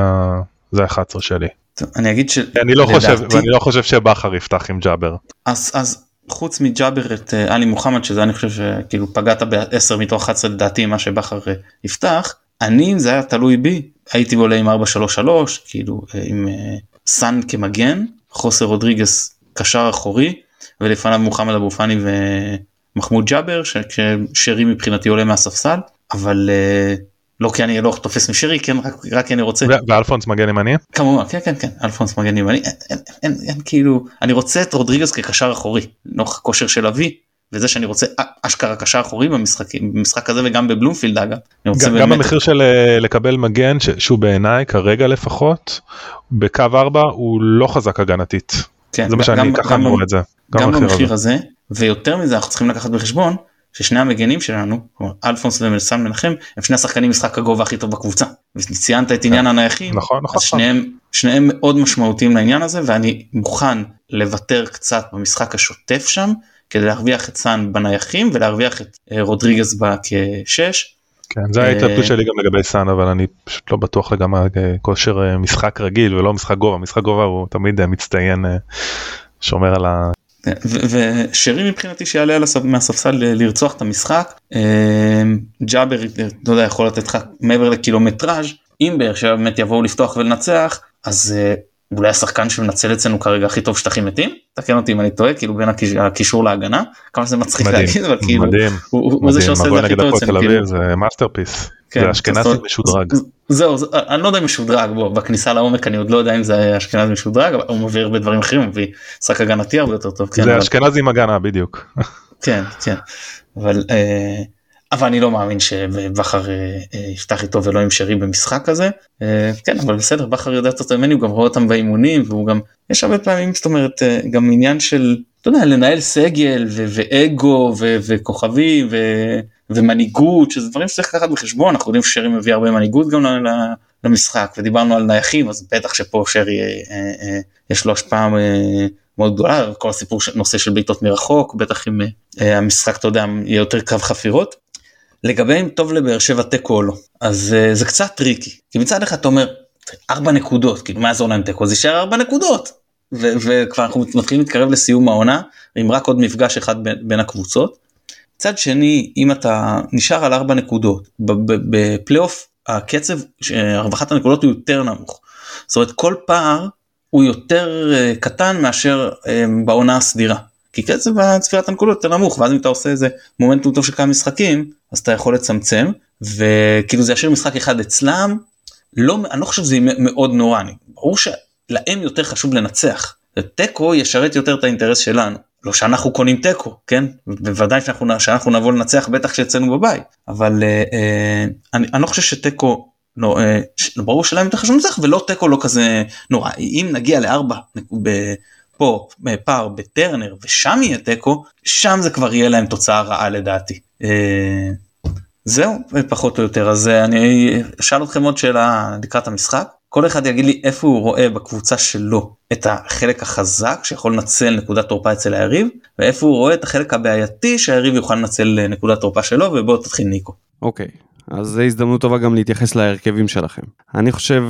C: זה 11 שלי.
A: אני אגיד
C: אני לא חושב שבחר יפתח עם ג'אבר.
A: אז חוץ מג'אבר את אלי מוחמד, שזה אני חושב שכאילו פגעת ב10 מתוך 11 לדעתי מה שבחר יפתח, אני, זה היה תלוי בי, הייתי עולה עם 4-3-3, כאילו עם סאן כמגן, חוסה רודריגס קשר אחורי, ולפניו מוחמד אבו פאני ומחמוד ג'אבר, ששרי מבחינתי עולה מהספסל, אבל לא כי אני לא תופס משרי, כן, רק כי אני רוצה.
C: ואלפונס מגן ימני?
A: כמובן, כן, אלפונס מגן ימני, אין כאילו, אני רוצה את רודריגז כקשר אחורי, נוח כושר של אבי, וזה שאני רוצה אשכרה קשר אחורי במשחק הזה וגם בבלומפילד אגב.
C: גם המחיר של לקבל מגן, שהוא בעיניי כרגע לפחות, בקו 4 הוא לא חזק הגנתית. זה מה שאני ככה אמור את זה.
A: גם במחיר הזה, ויותר מזה אנחנו צריכים לקחת בחשבון, ששני המגנים שלנו, כמו אלפונס ומלסן מנחם, הם שני השחקנים משחק הגובה הכי טוב בקבוצה, וציינת את עניין הנייחים, אז שניהם מאוד משמעותיים לעניין הזה, ואני מוכן לוותר קצת במשחק השוטף שם, כדי להרוויח את סאן בנייחים, ולהרוויח את רודריגז כ6.
C: כן, זה ההתלבטות שלי גם לגבי סאן, אבל אני פשוט לא בטוח לגמרי כושר משחק רגיל, ולא משחק גובה, משחק גובה הוא תמיד מצטיין, שומר על ה...
A: ושרי מבחינתי שיעלה מהספסל לרצוח את המשחק, ג'אבר, לא יודע, יכול לתת לך מעבר לקילומטראז', אם באר שבע באמת יבואו לפתוח ולנצח, אז אולי השחקן שמנצל אצלנו כרגע הכי טוב שטחים מתים, תקן אותי אם אני טועה, כאילו בין הקישור להגנה, כמה שזה מצחיק להגיד, אבל כאילו, הוא זה שעושה את זה הכי טוב אצלנו.
C: זה מאסטרפיס, זה אשכנזי משודרג.
A: זהו, אני לא יודע אם משודרג, בכניסה לעומק אני עוד לא יודע אם זה אשכנזי משודרג, אבל הוא מביא הרבה דברים אחרים, הוא מביא שחק הגנתי הרבה יותר טוב.
C: זה אשכנזי עם הגנה בדיוק.
A: כן, אבל אני לא מאמין שבחר יפתח איתו ולא עם שרי במשחק הזה, כן, אבל בסדר, בחר יודע יותר ממני, הוא גם רואה אותם באימונים, והוא גם, יש הרבה פעמים, זאת אומרת, גם עניין של, אתה יודע, לנהל סגל, ואגו, וכוכבים, ומנהיגות, שזה דברים שצריך לקחת בחשבון, אנחנו יודעים ששרי מביא הרבה מנהיגות גם למשחק, ודיברנו על נייחים, אז בטח שפה שרי יש לו השפעה מאוד גדולה, כל הסיפור נושא של בעיטות מרחוק, בטח אם המשחק, אתה יודע, יהיה יותר קו חפירות, לגבי אם טוב לבאר שבע תיקו או לא, אז זה קצת טריקי, כי מצד אחד אתה אומר, 4 נקודות, כאילו מה יעזור להם תיקו, זה יישאר 4 נקודות, וכבר אנחנו מתחילים להתקרב לסיום העונה, עם רק עוד מפגש אחד בין הקבוצות, מצד שני, אם אתה נשאר על 4 נקודות, בפלייאוף הקצב, הרווחת הנקודות הוא יותר נמוך, זאת אומרת כל פער הוא יותר קטן מאשר בעונה הסדירה, כי קצב הצפירת הנקודות יותר נמוך, ואז אם אתה עושה איזה מומנטום טוב של כמה משחקים, אז אתה יכול לצמצם, וכאילו זה ישאיר משחק אחד אצלם, אני לא חושב שזה מאוד נורא, ברור שלהם יותר חשוב לנצח, תיקו ישרת יותר את האינטרס שלנו, לא שאנחנו קונים תיקו, כן? בוודאי שאנחנו נבוא לנצח בטח שיצאנו בבית, אבל אני לא חושב שתיקו, ברור שלהם יותר חשוב לנצח, ולא תיקו לא כזה נורא, אם נגיע ל4 פה פער בטרנר ושם יהיה תיקו, שם זה כבר יהיה להם תוצאה רעה לדעתי. זהו, פחות או יותר. אז אני אשאל אתכם עוד שאלה לקראת המשחק, כל אחד יגיד לי איפה הוא רואה בקבוצה שלו את החלק החזק שיכול לנצל נקודת תורפה אצל היריב, ואיפה הוא רואה את החלק הבעייתי שהיריב יוכל לנצל נקודת תורפה שלו, ובואו תתחיל ניקו.
B: אוקיי, אז זו הזדמנות טובה גם להתייחס להרכבים שלכם. אני חושב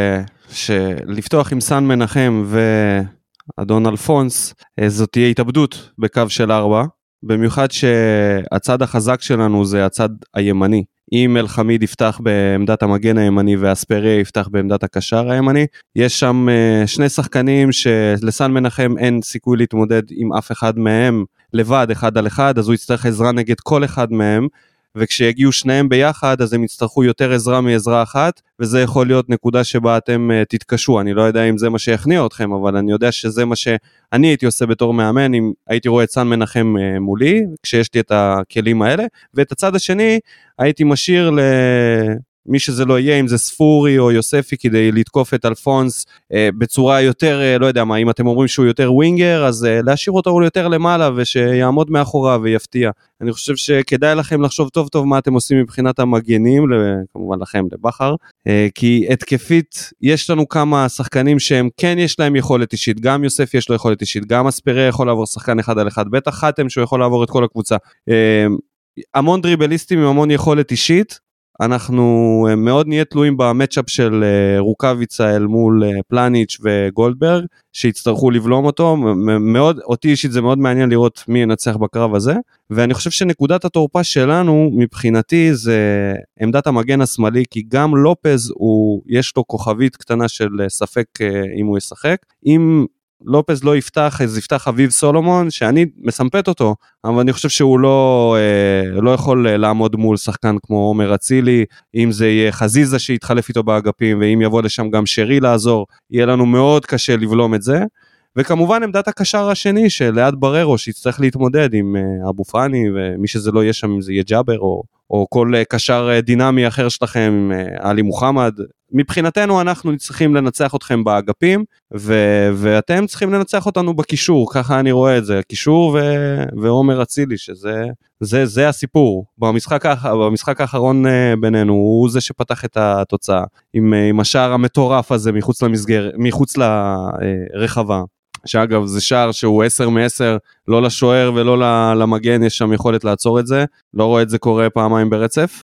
B: שלפתוח עם סן מנחם ואדון אלפונס, זאת תהיה התאבדות בקו של 4, במיוחד שהצד החזק שלנו זה הצד הימני. אם אלחמיד יפתח בעמדת המגן הימני ואספריה יפתח בעמדת הקשר הימני, יש שם שני שחקנים שלסן מנחם אין סיכוי להתמודד עם אף אחד מהם לבד, 1 על 1, אז הוא יצטרך עזרה נגד כל אחד מהם, וכשיגיעו שניהם ביחד, אז הם יצטרכו יותר עזרה מעזרה אחת, וזה יכול להיות נקודה שבה אתם תתקשו. אני לא יודע אם זה מה שיכניע אתכם, אבל אני יודע שזה מה שאני הייתי עושה בתור מאמן, אם הייתי רואה את סן מנחם מולי, כשיש לי את הכלים האלה, ואת הצד השני, הייתי משאיר מי שזה לא יהיה, אם זה ספורי או יוספי, כדי לתקוף את אלפונס בצורה יותר, לא יודע מה, אם אתם אומרים שהוא יותר ווינגר, אז להשאיר אותו יותר למעלה, ושיעמוד מאחורה ויפתיע. אני חושב שכדאי לכם לחשוב טוב טוב מה אתם עושים מבחינת המגנים, כמובן לכם, לבחר, כי התקפית, יש לנו כמה שחקנים שהם כן יש להם יכולת אישית, גם יוספי יש לו יכולת אישית, גם אספריה יכול לעבור שחקן 1 על 1, בטח חתם שהוא יכול לעבור את כל הקבוצה. המון דריבליסטים עם המון יכולת אישית, אנחנו מאוד נהיה תלויים במאצ'אפ של רוקביצה אל מול פלניץ' וגולדברג, שיצטרכו לבלום אותו, אותי אישית זה מאוד מעניין לראות מי ינצח בקרב הזה, ואני חושב שנקודת התורפה שלנו, מבחינתי, זה עמדת המגן השמאלי, כי גם לופז, יש לו כוכבית קטנה של ספק אם הוא ישחק, אם לופז לא יפתח, אז יפתח אביב סולומון, שאני מסמפת אותו, אבל אני חושב שהוא לא יכול לעמוד מול שחקן כמו עומר אצילי, אם זה יהיה חזיזה שיתחלף איתו באגפים, ואם יבוא לשם גם שרי לעזור, יהיה לנו מאוד קשה לבלום את זה, וכמובן עמדת הקשר השני, שליד בררו, שיצטרך להתמודד עם אבו פאני, ומי שזה לא יהיה שם, אם זה יהיה ג'אבר, או כל קשר דינמי אחר שלכם, עלי מוחמד, מבחינתנו אנחנו צריכים לנצח אתכם באגפים, ואתם צריכים לנצח אותנו בקישור, ככה אני רואה את זה, קישור ועומר אצילי, שזה הסיפור, במשחק האחרון בינינו, הוא זה שפתח את התוצאה, עם השער המטורף הזה מחוץ לרחבה, שאגב זה שער שהוא 10 מ-10, לא לשוער ולא למגן, יש שם יכולת לעצור את זה, לא רואה את זה קורה פעמיים ברצף,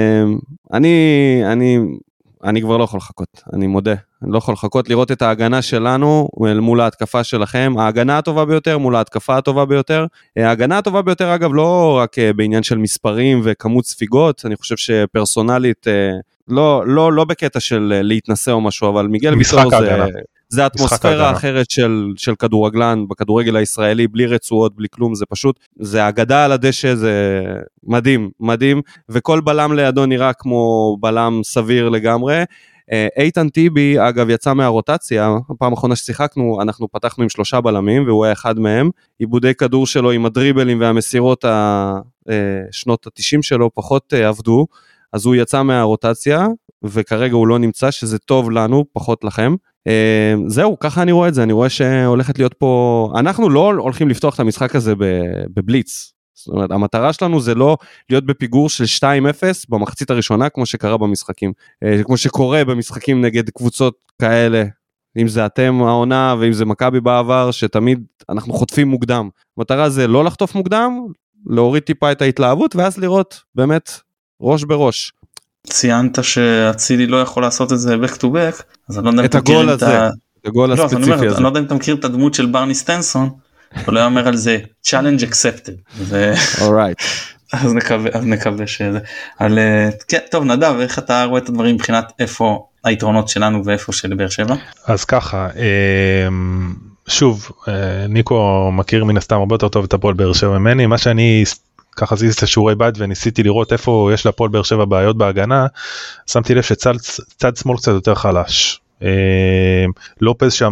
B: אני כבר לא יכול לחכות, אני מודה, אני לא יכול לחכות לראות את ההגנה שלנו מול ההתקפה שלכם, ההגנה הטובה ביותר מול ההתקפה הטובה ביותר, ההגנה הטובה ביותר אגב לא רק בעניין של מספרים וכמות ספיגות, אני חושב שפרסונלית, לא בקטע של להתנסה או משהו, אבל מיגל ויטור זה האטמוספירה האחרת של כדורגלן, בכדורגל הישראלי, בלי רצועות, בלי כלום, זה פשוט, זה אגדה על הדשא, זה מדהים, מדהים, וכל בלם לידו נראה כמו בלם סביר לגמרי. איתן טיבי, אגב, יצא מהרוטציה, הפעם האחרונה ששיחקנו, אנחנו פתחנו עם 3 בלמים, והוא היה אחד מהם, עיבודי כדור שלו עם הדריבלים והמסירות שנות ה-90 שלו פחות עבדו, אז הוא יצא מהרוטציה, וכרגע הוא לא נמצא, שזה טוב לנו, פחות לכם. זהו, ככה אני רואה את זה, אני רואה שהולכת להיות פה, אנחנו לא הולכים לפתוח את המשחק הזה בבליץ, זאת אומרת, המטרה שלנו זה לא להיות בפיגור של 2-0 במחצית הראשונה, כמו שקרה במשחקים, כמו שקורה במשחקים נגד קבוצות כאלה, אם זה אתם העונה, ואם זה מכבי בעבר, שתמיד אנחנו חוטפים מוקדם. המטרה זה לא לחטוף מוקדם, להוריד טיפה את ההתלהבות, ואז לראות באמת ראש בראש.
A: ציינת שאצילי לא יכול לעשות את זה back to back, אז אני לא יודע
B: את הגול הזה, את הגול הספציפי הזה.
A: אני לא יודע אם אתה מכיר את הדמות של ברני סטנסון, הוא לא אומר על זה challenge accepted.
B: Alright.
A: אז נקווה שזה. טוב, נדב, איך אתה רואה את הדברים מבחינת איפה היתרונות שלנו ואיפה של באר שבע?
C: אז ככה, שוב, ניקו מכיר מן הסתם הרבה יותר טוב את הפועל באר שבע ממני, מה שאני ככה זיזתי שיעורי בית וניסיתי לראות איפה יש להפועל באר שבע בעיות בהגנה, שמתי לב שצד שמאל קצת יותר חלש, לופז שם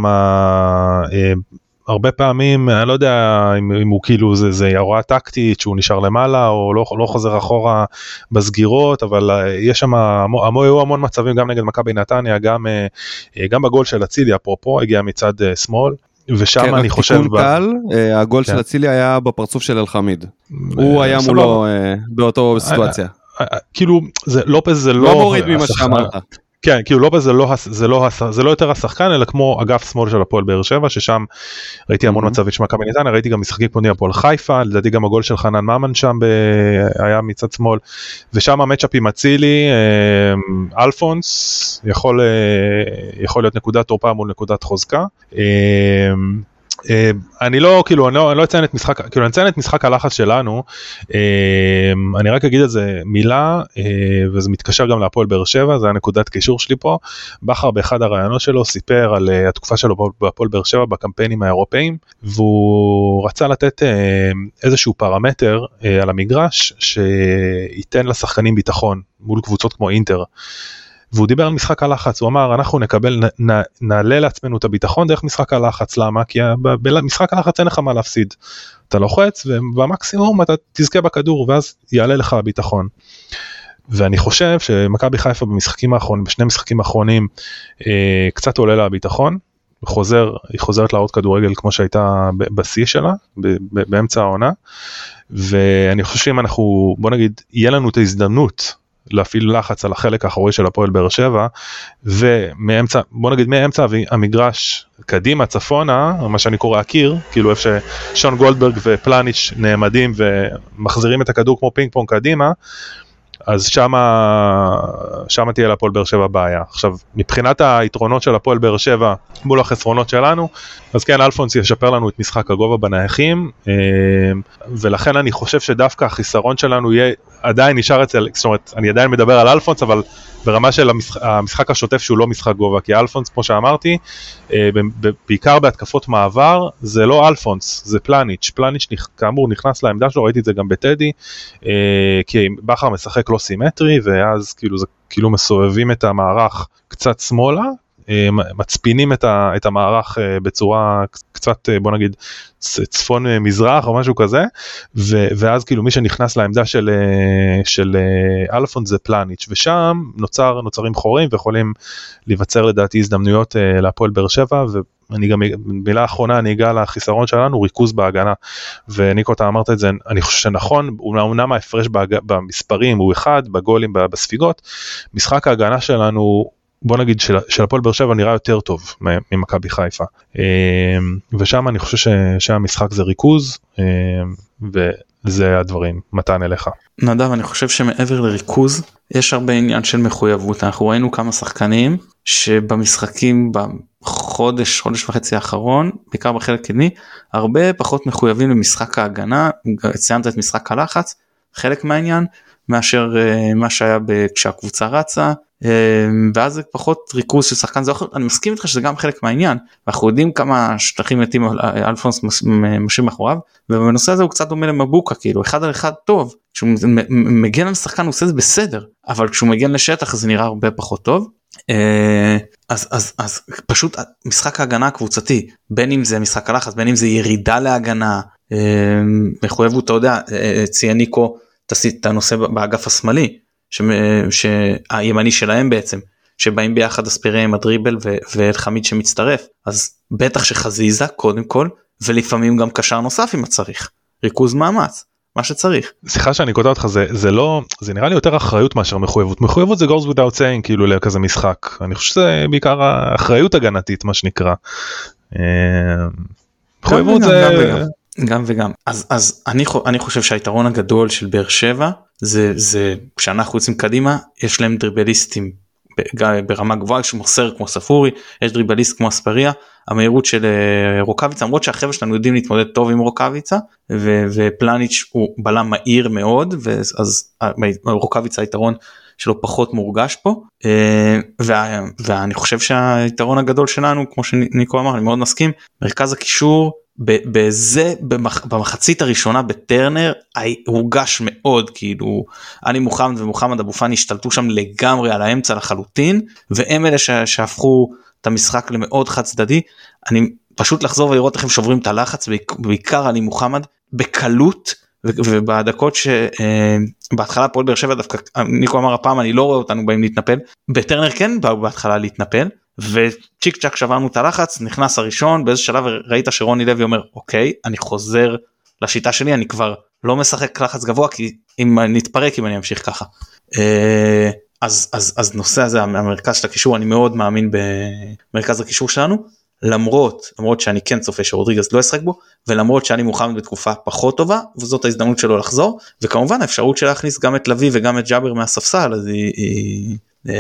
C: הרבה פעמים, אני לא יודע אם הוא כאילו זה הוראה טקטית שהוא נשאר למעלה או לא חוזר אחורה בסגירות, אבל יש שם המון מצבים גם נגד מכבי נתניה, גם בגול של אצילי אפרופו הגיע מצד שמאל, ושם אני חושב...
B: תיקון קל, הגול של אצילי היה בפרצוף של אלחמיד, הוא היה מולו באותו סיטואציה.
C: כאילו לופז זה
B: לא מוריד ממה שאמרת.
C: כן, כאילו לופז זה לא יותר השחקן, אלא כמו אגף שמאל של הפועל באר שבע, ששם ראיתי המון מצבים של מכבי נתניה, ראיתי גם משחקים כמו הפועל חיפה, לדעתי גם הגול של חנן ממן שם היה מצד שמאל, ושם המצ'אפ עם אצילי, אלפונס, יכול להיות נקודת תורפה מול נקודת חוזקה, אני לא אציין את משחק, כאילו אני אציין את משחק הלחץ שלנו, אני רק אגיד את זה מילה, וזה מתקשר גם להפועל באר שבע, זה הנקודת קישור שלי פה, בכר באחד הרעיונות שלו סיפר על התקופה שלו בהפועל באר שבע בקמפיינים האירופאים, והוא רצה לתת איזשהו פרמטר על המגרש, שייתן לשחקנים ביטחון מול קבוצות כמו אינטר, והוא דיבר על משחק הלחץ, הוא אמר אנחנו נעלה לעצמנו את הביטחון דרך משחק הלחץ, למה? כי במשחק הלחץ אין לך מה להפסיד, אתה לוחץ ובמקסימום אתה תזכה בכדור ואז יעלה לך הביטחון. ואני חושב שמכבי חיפה בשני משחקים האחרונים קצת עולה לה הביטחון, היא חוזרת לעוד כדורגל כמו שהייתה בשיא שלה, באמצע העונה, ואני חושב שאם אנחנו, בוא נגיד, יהיה לנו את ההזדמנות להפעיל לחץ על החלק האחורי של הפועל באר שבע, ומאמצע, בוא נגיד מאמצע המגרש קדימה, צפונה, מה שאני קורא הקיר, כאילו איפה ששון גולדברג ופלניץ' נעמדים ומחזירים את הכדור כמו פינג פונג קדימה, אז שמה תהיה לפועל באר שבע בעיה. עכשיו, מבחינת היתרונות של הפועל באר שבע מול החסרונות שלנו, אז כן, אלפונס ישפר לנו את משחק הגובה בנייחים, ולכן אני חושב שדווקא החיסרון שלנו יהיה, עדיין נשאר זאת אומרת, אני עדיין מדבר על אלפונס, אבל ברמה של המשחק השוטף שהוא לא משחק גובה, כי אלפונס, כמו שאמרתי, בעיקר בהתקפות מעבר, זה לא אלפונס, זה פלניץ' כאמור נכנס לעמדה שלו, ראיתי את זה גם בטדי, כי בכר משחק לא סימטרי, ואז כאילו מסובבים את המערך קצת שמאלה, מצפינים את המערך בצורה קצת, בוא נגיד, צפון מזרח או משהו כזה, ואז כאילו מי שנכנס לעמדה של אלפונס זה פלניץ', ושם נוצרים חורים ויכולים להיווצר לדעתי הזדמנויות להפועל באר שבע, ואני גם מילה האחרונה אני אגע לחיסרון שלנו, ריכוז בהגנה, וניקו אתה אמרת את זה, אני חושב שנכון, אומנם ההפרש במספרים הוא אחד, בגולים, בספיגות, משחק ההגנה שלנו בוא נגיד של הפועל באר שבע נראה יותר טוב ממכבי חיפה, ושם אני חושב שהמשחק זה ריכוז, וזה הדברים. מתן אליך.
A: נדב, אני חושב שמעבר לריכוז יש הרבה עניין של מחויבות. אנחנו ראינו כמה שחקנים שבמשחקים בחודש וחצי האחרון, בעיקר בחלק קדמי, הרבה פחות מחויבים למשחק ההגנה, ציינת את משחק הלחץ, חלק מהעניין, מאשר מה שהיה כשהקבוצה רצה, ואז זה פחות ריכוז של שחקן. אני מסכים איתך שזה גם חלק מהעניין, ואנחנו יודעים כמה שטחים מתים אלפונס משאיר מאחוריו, ובנושא הזה הוא קצת דומה למבוקה, כאילו אחד על אחד טוב, כשהוא מגן על שחקן הוא עושה זה בסדר, אבל כשהוא מגן לשטח זה נראה הרבה פחות טוב. אז פשוט משחק ההגנה הקבוצתי, בין אם זה משחק הלחץ, בין אם זה ירידה להגנה, מחויבות, אתה יודע, ציין ניקו את הנושא באגף השמאלי, שהימני שלהם בעצם, שבאים ביחד אספירי עם הדריבל ואלחמיד שמצטרף, אז בטח שחזיזה קודם כל, ולפעמים גם קשר נוסף אם צריך, ריכוז מאמץ, מה שצריך.
C: סליחה שאני קוטע אותך, זה נראה לי יותר אחריות מאשר מחויבות. מחויבות זה goes without saying, כאילו לכזה משחק. אני חושב שזה בעיקר האחריות הגנתית, מה שנקרא. מחויבות זה...
A: גם וגם. אז אני חושב שהיתרון הגדול של באר שבע, זה כשאנחנו יוצאים קדימה, יש להם דריבליסטים ברמה גבוהה, שמוסר כמו ספורי, יש דריבליסט כמו אספריה, המהירות של רוקאביצה, למרות שהחבר'ה שלנו יודעים להתמודד טוב עם רוקאביצה, ופלניץ' הוא בלם מהיר מאוד, אז רוקאביצה היתרון שלו פחות מורגש פה, ואני חושב שהיתרון הגדול שלנו, כמו שניקו אמר, אני מאוד מסכים, מרכז הקישור בזה, במחצית הראשונה בטרנר, הורגש מאוד, כאילו, עלי מוחמד ומוחמד אבו פאני השתלטו שם לגמרי על האמצע לחלוטין, והם אלה שהפכו את המשחק למאוד חד צדדי. אני פשוט לחזור ולראות איך הם שוברים את הלחץ, בעיקר עלי מוחמד, בקלות, ובדקות שבהתחלה הפועל באר שבע, דווקא ניקו אמר הפעם, אני לא רואה אותנו באים להתנפל, בטרנר כן באו בהתחלה להתנפל, וצ'יק צ'ק שברנו את הלחץ, נכנס הראשון, באיזה שלב ראית שרוני לוי אומר, אוקיי, אני חוזר לשיטה שלי, אני כבר לא משחק לחץ גבוה, כי אם נתפרק, אם אני אמשיך ככה. אז נושא הזה, המרכז של הקישור, אני מאוד מאמין במרכז הקישור שלנו, למרות שאני כן צופה שרודריגז לא ישחק בו, ולמרות שאני מוכן בתקופה פחות טובה, וזאת ההזדמנות שלו לחזור, וכמובן האפשרות של להכניס גם את לוי וגם את ג'אבר מהספסל, אז היא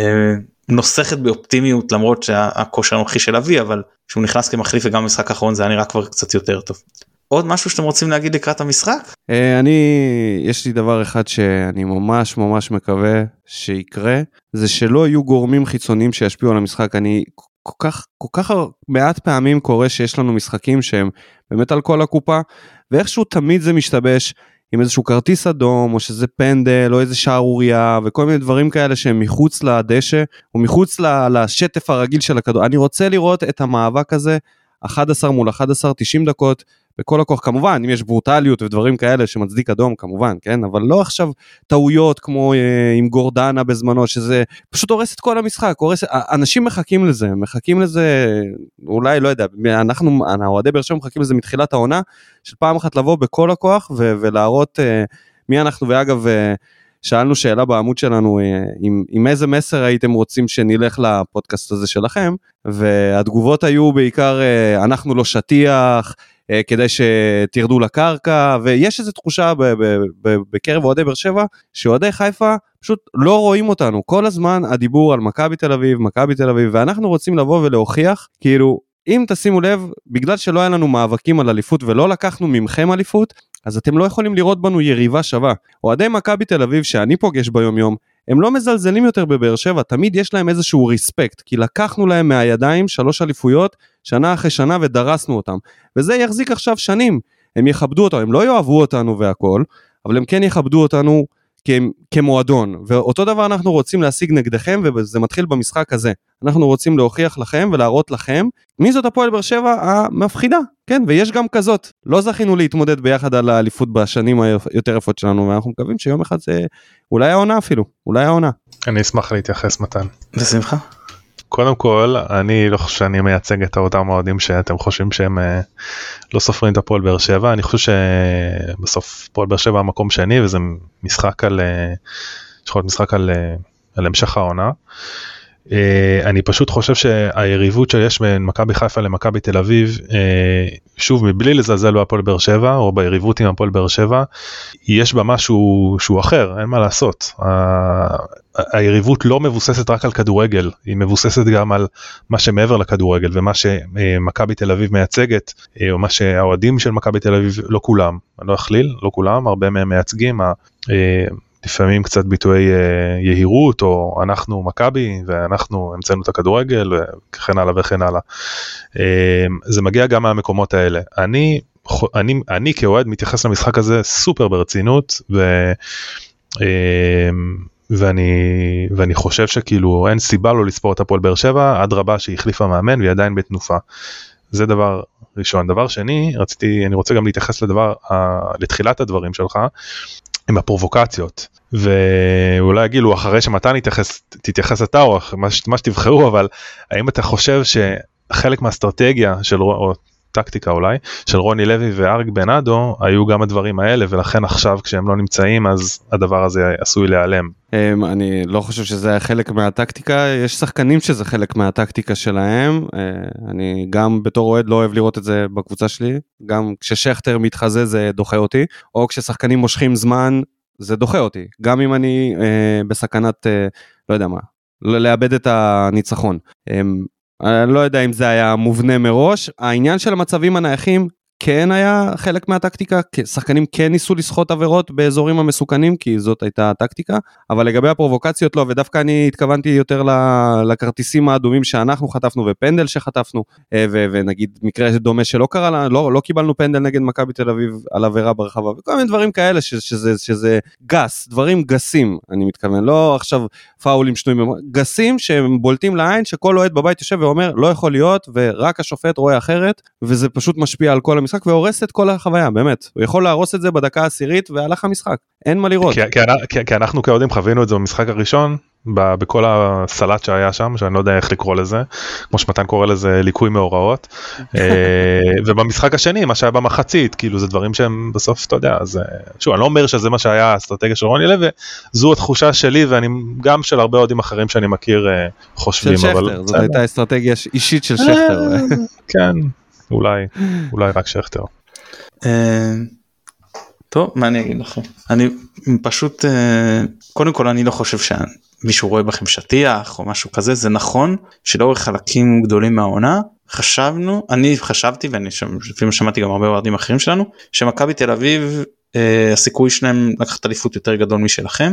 A: נוסחת באופטימיות, למרות שהכושר הנוכחי של לוי, אבל שהוא נכנס כמחליף וגם במשחק האחרון זה היה נראה כבר קצת יותר טוב. עוד משהו שאתם רוצים להגיד לקראת המשחק?
B: יש לי דבר אחד שאני ממש ממש מקווה שיקרה, זה שלא יהיו גורמים חיצוניים שישפיעו על המשחק. אני כל כך מעט פעמים קורה שיש לנו משחקים שהם באמת על כל הקופה, ואיכשהו תמיד זה משתבש עם איזשהו כרטיס אדום, או שזה פנדל, או איזה שערוריה, וכל מיני דברים כאלה שהם מחוץ לדשא, או מחוץ לשטף הרגיל של הכדור. אני רוצה לראות את המאבק הזה, 11 מול 11, 90 דקות, בכל הכוח, כמובן, אם יש ברוטליות ודברים כאלה שמצדיק אדום, כמובן, כן? אבל לא עכשיו טעויות כמו עם גורדנה בזמנו, שזה פשוט הורס את כל המשחק, אנשים מחכים לזה, אולי, לא יודע, אנחנו, האוהדי באר שבע מחכים לזה מתחילת העונה, של פעם אחת לבוא בכל הכוח, ולהראות מי אנחנו, ואגב, שאלנו שאלה בעמוד שלנו, עם איזה מסר הייתם רוצים שנלך לפודקאסט הזה שלכם, והתגובות היו בעיקר, אנחנו לא שטיח, כדי שתרדו לקרקע, ויש איזו תחושה בקרב אוהדי באר שבע, שאוהדי חיפה פשוט לא רואים אותנו, כל הזמן הדיבור על מכבי תל אביב, ואנחנו רוצים לבוא ולהוכיח, כאילו, אם תשימו לב, בגלל שלא היה לנו מאבקים על אליפות, ולא לקחנו ממכם אליפות, אז אתם לא יכולים לראות בנו יריבה שווה. אוהדי מכבי תל אביב שאני פוגש ביום יום, הם לא מזלזלים יותר בבאר שבע, תמיד יש להם איזשהו ריספקט, כי לקחנו להם מהידיים 3 אליפויות, שנה אחרי שנה ודרסנו אותם. וזה יחזיק עכשיו שנים, הם יכבדו אותנו, הם לא יאהבו אותנו והכל, אבל הם כן יכבדו אותנו כמועדון. ואותו דבר אנחנו רוצים להשיג נגדכם, וזה מתחיל במשחק הזה. אנחנו רוצים להוכיח לכם ולהראות לכם, מי זאת הפועל באר שבע המפחידה, כן? ויש גם כזאת. לא זכינו להתמודד ביחד על האליפות בשנים היותר יפות שלנו, ואנחנו מקווים שיום אחד זה אולי העונה אפילו, אולי העונה.
C: אני אשמח להתייחס מתן.
A: בשמחה.
C: קודם כל, אני לא חושב שאני מייצג את אותם אוהדים שאתם חושבים שהם לא סופרים את הפועל באר שבע, אני חושב שבסוף פועל באר שבע המקום שני, וזה משחק על המשך העונה. אני פשוט חושב שהיריבות שיש בין מכבי חיפה למכבי תל אביב, שוב מבלי לזלזל בהפועל באר שבע או ביריבות עם הפועל באר שבע, יש בה משהו שהוא אחר, אין מה לעשות. היריבות לא מבוססת רק על כדורגל, היא מבוססת גם על מה שמעבר לכדורגל, ומה שמכבי תל אביב מייצגת, או מה שהאוהדים של מכבי תל אביב, לא כולם, אני לא אכליל, לא כולם, הרבה מהם מייצגים, לפעמים קצת ביטויי יהירות, או אנחנו מכבי, ואנחנו המצאנו את הכדורגל, וכן הלאה וכן הלאה. זה מגיע גם מהמקומות האלה. אני כאוהד מתייחס למשחק הזה סופר ברצינות, ואני חושב שכאילו אין סיבה לא לספור את הפועל באר שבע, עד רבה שהיא החליפה מאמן, והיא עדיין בתנופה. זה דבר ראשון. דבר שני, אני רוצה גם להתייחס לתחילת הדברים שלך, עם הפרובוקציות, ואולי גילו אחרי שמתן תתייחס אתה או מה שתבחרו, אבל האם אתה חושב שחלק מהאסטרטגיה או טקטיקה אולי, של רוני לוי ואריק בנאדו, היו גם הדברים האלה, ולכן עכשיו כשהם לא נמצאים, אז הדבר הזה עשוי להיעלם.
B: אני לא חושב שזה היה חלק מהטקטיקה, יש שחקנים שזה חלק מהטקטיקה שלהם, אני גם בתור אוהד לא אוהב לראות את זה בקבוצה שלי, גם כששכטר מתחזה זה דוחה אותי, או כששחקנים מושכים זמן, זה דוחה אותי, גם אם אני בסכנת, לא יודע מה, לאבד את הניצחון. אני לא יודע אם זה היה מובנה מראש, העניין של המצבים הנייחים, כן היה חלק מהטקטיקה, שחקנים כן ניסו לשחות עבירות באזורים המסוכנים, כי זאת הייתה הטקטיקה, אבל לגבי הפרובוקציות לא, ודווקא אני התכוונתי יותר לכרטיסים האדומים שאנחנו חטפנו, ופנדל שחטפנו, ונגיד מקרה דומה שלא קרה, לא קיבלנו פנדל נגד מכבי תל אביב על עבירה ברחבה, וכל מיני דברים כאלה שזה גס, דברים גסים, אני מתכוון, לא עכשיו פאולים שנויים, גסים שהם בולטים לעין, שכל אוהד בבית יושב ואומר, לא יכול להיות, ורק השופט רואה אחרת, וזה פשוט משפיע על כל המשחק, והורס את כל החוויה, באמת. הוא יכול להרוס את זה בדקה העשירית, והלך המשחק. אין מה לראות.
C: כי אנחנו כאוהדים חווינו את זה במשחק הראשון, בכל הסלט שהיה שם, שאני לא יודע איך לקרוא לזה, כמו שמתן קורא לזה ליקוי מאורעות, ובמשחק השני, מה שהיה במחצית, כאילו זה דברים שהם בסוף, אתה יודע, אז שוב, אני לא אומר שזה מה שהיה האסטרטגיה של רוני לוי, זו התחושה שלי, ואני גם של הרבה אוהדים אחרים שאני מכיר חושבים.
B: של שכטר, זאת הייתה אסטרטגיה אישית של שכטר.
C: כן, אולי רק שכטר.
A: טוב, מה אני אגיד לכם? אני פשוט, קודם כל אני לא חושב שמישהו רואה בכם שטיח או משהו כזה, זה נכון שלאורך חלקים גדולים מהעונה, אני חשבתי, ואני שמעתי גם הרבה אוהדים אחרים שלנו, שמכבי תל אביב, הסיכוי שלהם לקחת אליפות יותר גדול משלכם,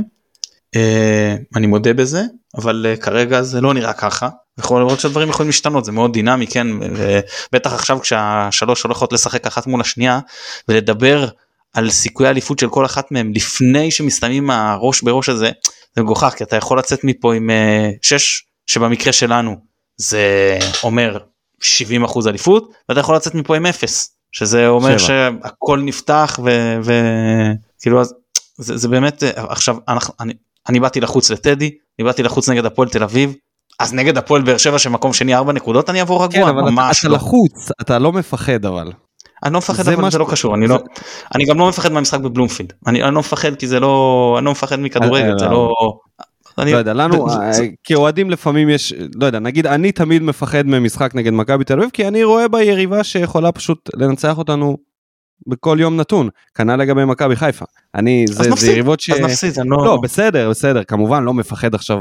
A: אני מודה בזה, אבל כרגע זה לא נראה ככה, יכול לראות שהדברים יכולים להשתנות, זה מאוד דינמי, כן, ובטח עכשיו כשהשלוש הולכות לשחק אחת מול השנייה, ולדבר על סיכויי האליפות של כל אחת מהם, לפני שמסתיימים הראש בראש הזה, זה מגוחך, כי אתה יכול לצאת מפה עם 6, שבמקרה שלנו, זה אומר 70% אליפות, ואתה יכול לצאת מפה עם 0, שזה אומר 7. שהכל נפתח, וכאילו, זה באמת, עכשיו, אני באתי לחוץ לטדי, אני באתי לחוץ נגד הפועל תל אביב, אז נגד הפועל באר שבע שמקום שני 4 נקודות, אני אעבור רגוע,
B: כן, ממש לא. אתה לחוץ, אתה לא מפחד אבל.
A: אני לא מפחד, אבל זה לא קשור, אני גם לא מפחד מהמשחק בבלומפילד, אני לא מפחד כי זה לא, אני לא מפחד מכדורגל, זה לא...
B: לא יודע, לנו, כאוהדים לפעמים יש, לא יודע, נגיד אני תמיד מפחד ממשחק נגד מכבי תל אביב, כי אני רואה בה יריבה שיכולה פשוט לנצח אותנו בכל יום נתון, כנ"ל לגבי מכבי חיפה. זה יריבות ש...
A: אז נפסיד,
B: לא, בסדר, כמובן לא מפחד עכשיו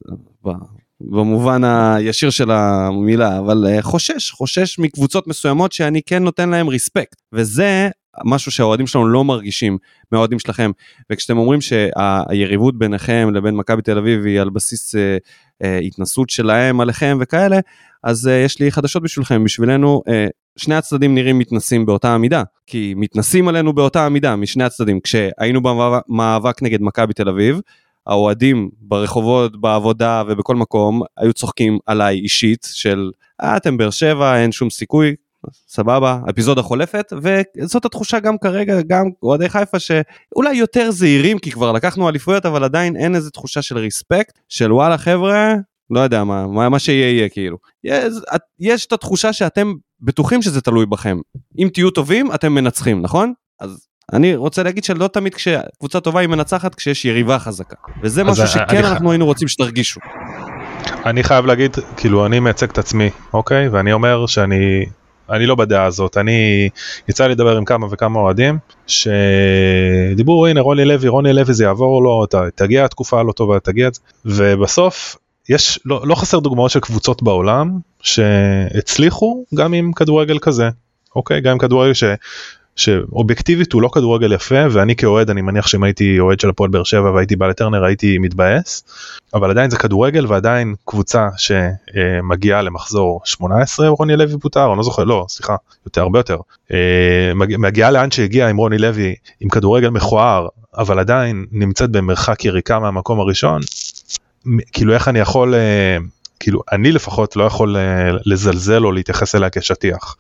B: במובן הישיר של המילה, אבל חושש מקבוצות מסוימות שאני כן נותן להם ריספקט, וזה משהו שהאוהדים שלנו לא מרגישים מהאוהדים שלכם, וכשאתם אומרים שהיריבות ביניכם לבין מכבי תל אביב היא על בסיס התנסות שלהם עליכם וכאלה, אז יש לי חדשות בשבילנו, שני הצדדים נראים מתנסים באותה עמידה, כי מתנסים עלינו באותה עמידה משני הצדדים, כשהיינו במאבק נגד מכבי תל אביב, האוהדים ברחובות, בעבודה ובכל מקום, היו צוחקים עליי אישית של, אתם באר שבע, אין שום סיכוי, סבבה, אפיזודה חולפת, וזאת התחושה גם כרגע, גם אוהדי חיפה שאולי יותר זהירים, כי כבר לקחנו אליפויות, אבל עדיין אין איזו תחושה של ריספקט, של וואלה חבר'ה, לא יודע מה שיהיה כאילו. יש את התחושה שאתם בטוחים שזה תלוי בכם. אם תהיו טובים, אתם מנצחים, נכון? אז אני רוצה להגיד שלא תמיד כשקבוצה טובה היא מנצחת, כשיש יריבה חזקה. וזה משהו שכן אנחנו היינו רוצים שתרגישו.
C: אני חייב להגיד, כאילו אני מייצג את עצמי, אוקיי? ואני אומר שאני לא בדעה הזאת. אני יצא לי לדבר עם כמה וכמה אוהדים, שדיברו, הנה רוני לוי זה יעבור לו, תגיע התקופה לא טובה, תגיע את זה. ובסוף, יש, לא חסר דוגמאות של קבוצות בעולם, שהצליחו גם עם כדורגל כזה, אוקיי? גם עם כדורגל שאובייקטיבית הוא לא כדורגל יפה, ואני כאוהד, אני מניח שאם הייתי אוהד של הפועל באר שבע, והייתי בא לטרנר, הייתי מתבאס, אבל עדיין זה כדורגל, ועדיין קבוצה שמגיעה למחזור 18, רוני לוי פוטר, אני לא זוכר, לא, סליחה, הרבה יותר, מגיעה לאן שהגיעה עם רוני לוי, עם כדורגל מכוער, אבל עדיין נמצאת במרחק יריקה מהמקום הראשון, כאילו איך אני יכול, כאילו אני לפחות לא יכול לזלזל או להתייחס אליה כשטיח.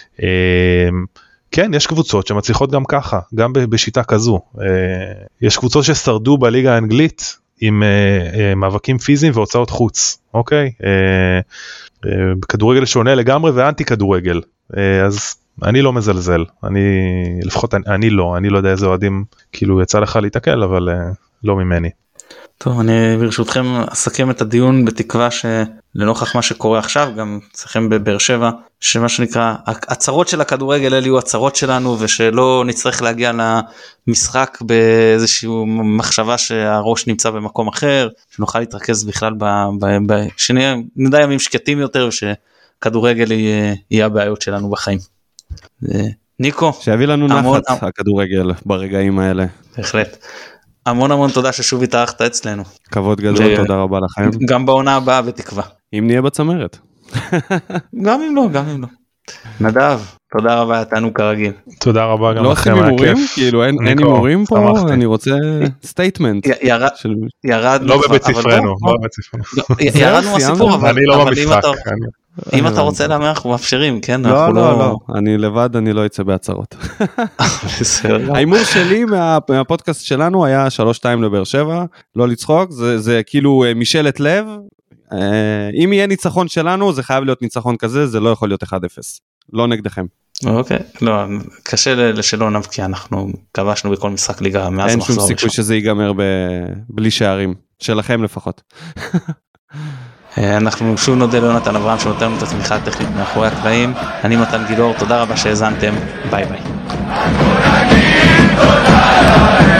C: כן, יש קבוצות שמצליחות גם ככה, גם בשיטה כזו. יש קבוצות ששרדו בליגה האנגלית עם מאבקים פיזיים והוצאות חוץ, אוקיי? כדורגל שונה לגמרי ואנטי כדורגל. אז אני לא מזלזל, לפחות אני לא יודע איזה אוהדים, כאילו יצא לך להתקל, אבל לא ממני.
A: טוב, אני ברשותכם אסכם את הדיון בתקווה שלנוכח מה שקורה עכשיו, גם אצלכם בבאר שבע, שמה שנקרא, הצרות של הכדורגל אלה יהיו הצרות שלנו, ושלא נצטרך להגיע למשחק באיזושהי מחשבה שהראש נמצא במקום אחר, שנוכל להתרכז בכלל, שנדע ימים שקטים יותר, ושכדורגל יהיה הבעיות שלנו בחיים. ניקו.
B: שיביא לנו נחת הכדורגל ברגעים האלה.
A: בהחלט. המון תודה ששוב התארחת אצלנו.
B: כבוד גדול, תודה רבה לכם.
A: גם בעונה הבאה בתקווה.
B: אם נהיה בצמרת.
A: גם אם לא. נדב, תודה רבה, תענו כרגיל.
C: תודה רבה גם
B: לא
C: לכם,
B: עושים הימורים? כאילו אין הימורים פה, אני רוצה סטייטמנט.
A: ירד...
C: לא בבית ספרנו.
A: ירדנו הסיפור, אבל
C: אני לא במשחק.
A: אם אתה רוצה להמר, אנחנו מאפשרים, כן?
B: לא, אני לבד, אני לא אצא בהצהרות. ההימור שלי מהפודקאסט שלנו היה 3-2 לבאר שבע, לא לצחוק, זה כאילו משאלת לב, אם יהיה ניצחון שלנו, זה חייב להיות ניצחון כזה, זה לא יכול להיות 1-0, לא נגדכם.
A: אוקיי, לא, קשה שלא נבקיע, אנחנו כבשנו בכל משחק ליגה מאז
B: המחזור. אין שום סיכוי שזה ייגמר בלי שערים, שלכם לפחות.
A: אנחנו שוב נודה ליונתן אברהם שנותן לנו את התמיכה הטכנית מאחורי הקלעים. אני מתן גילאור, תודה רבה שהאזנתם, ביי ביי.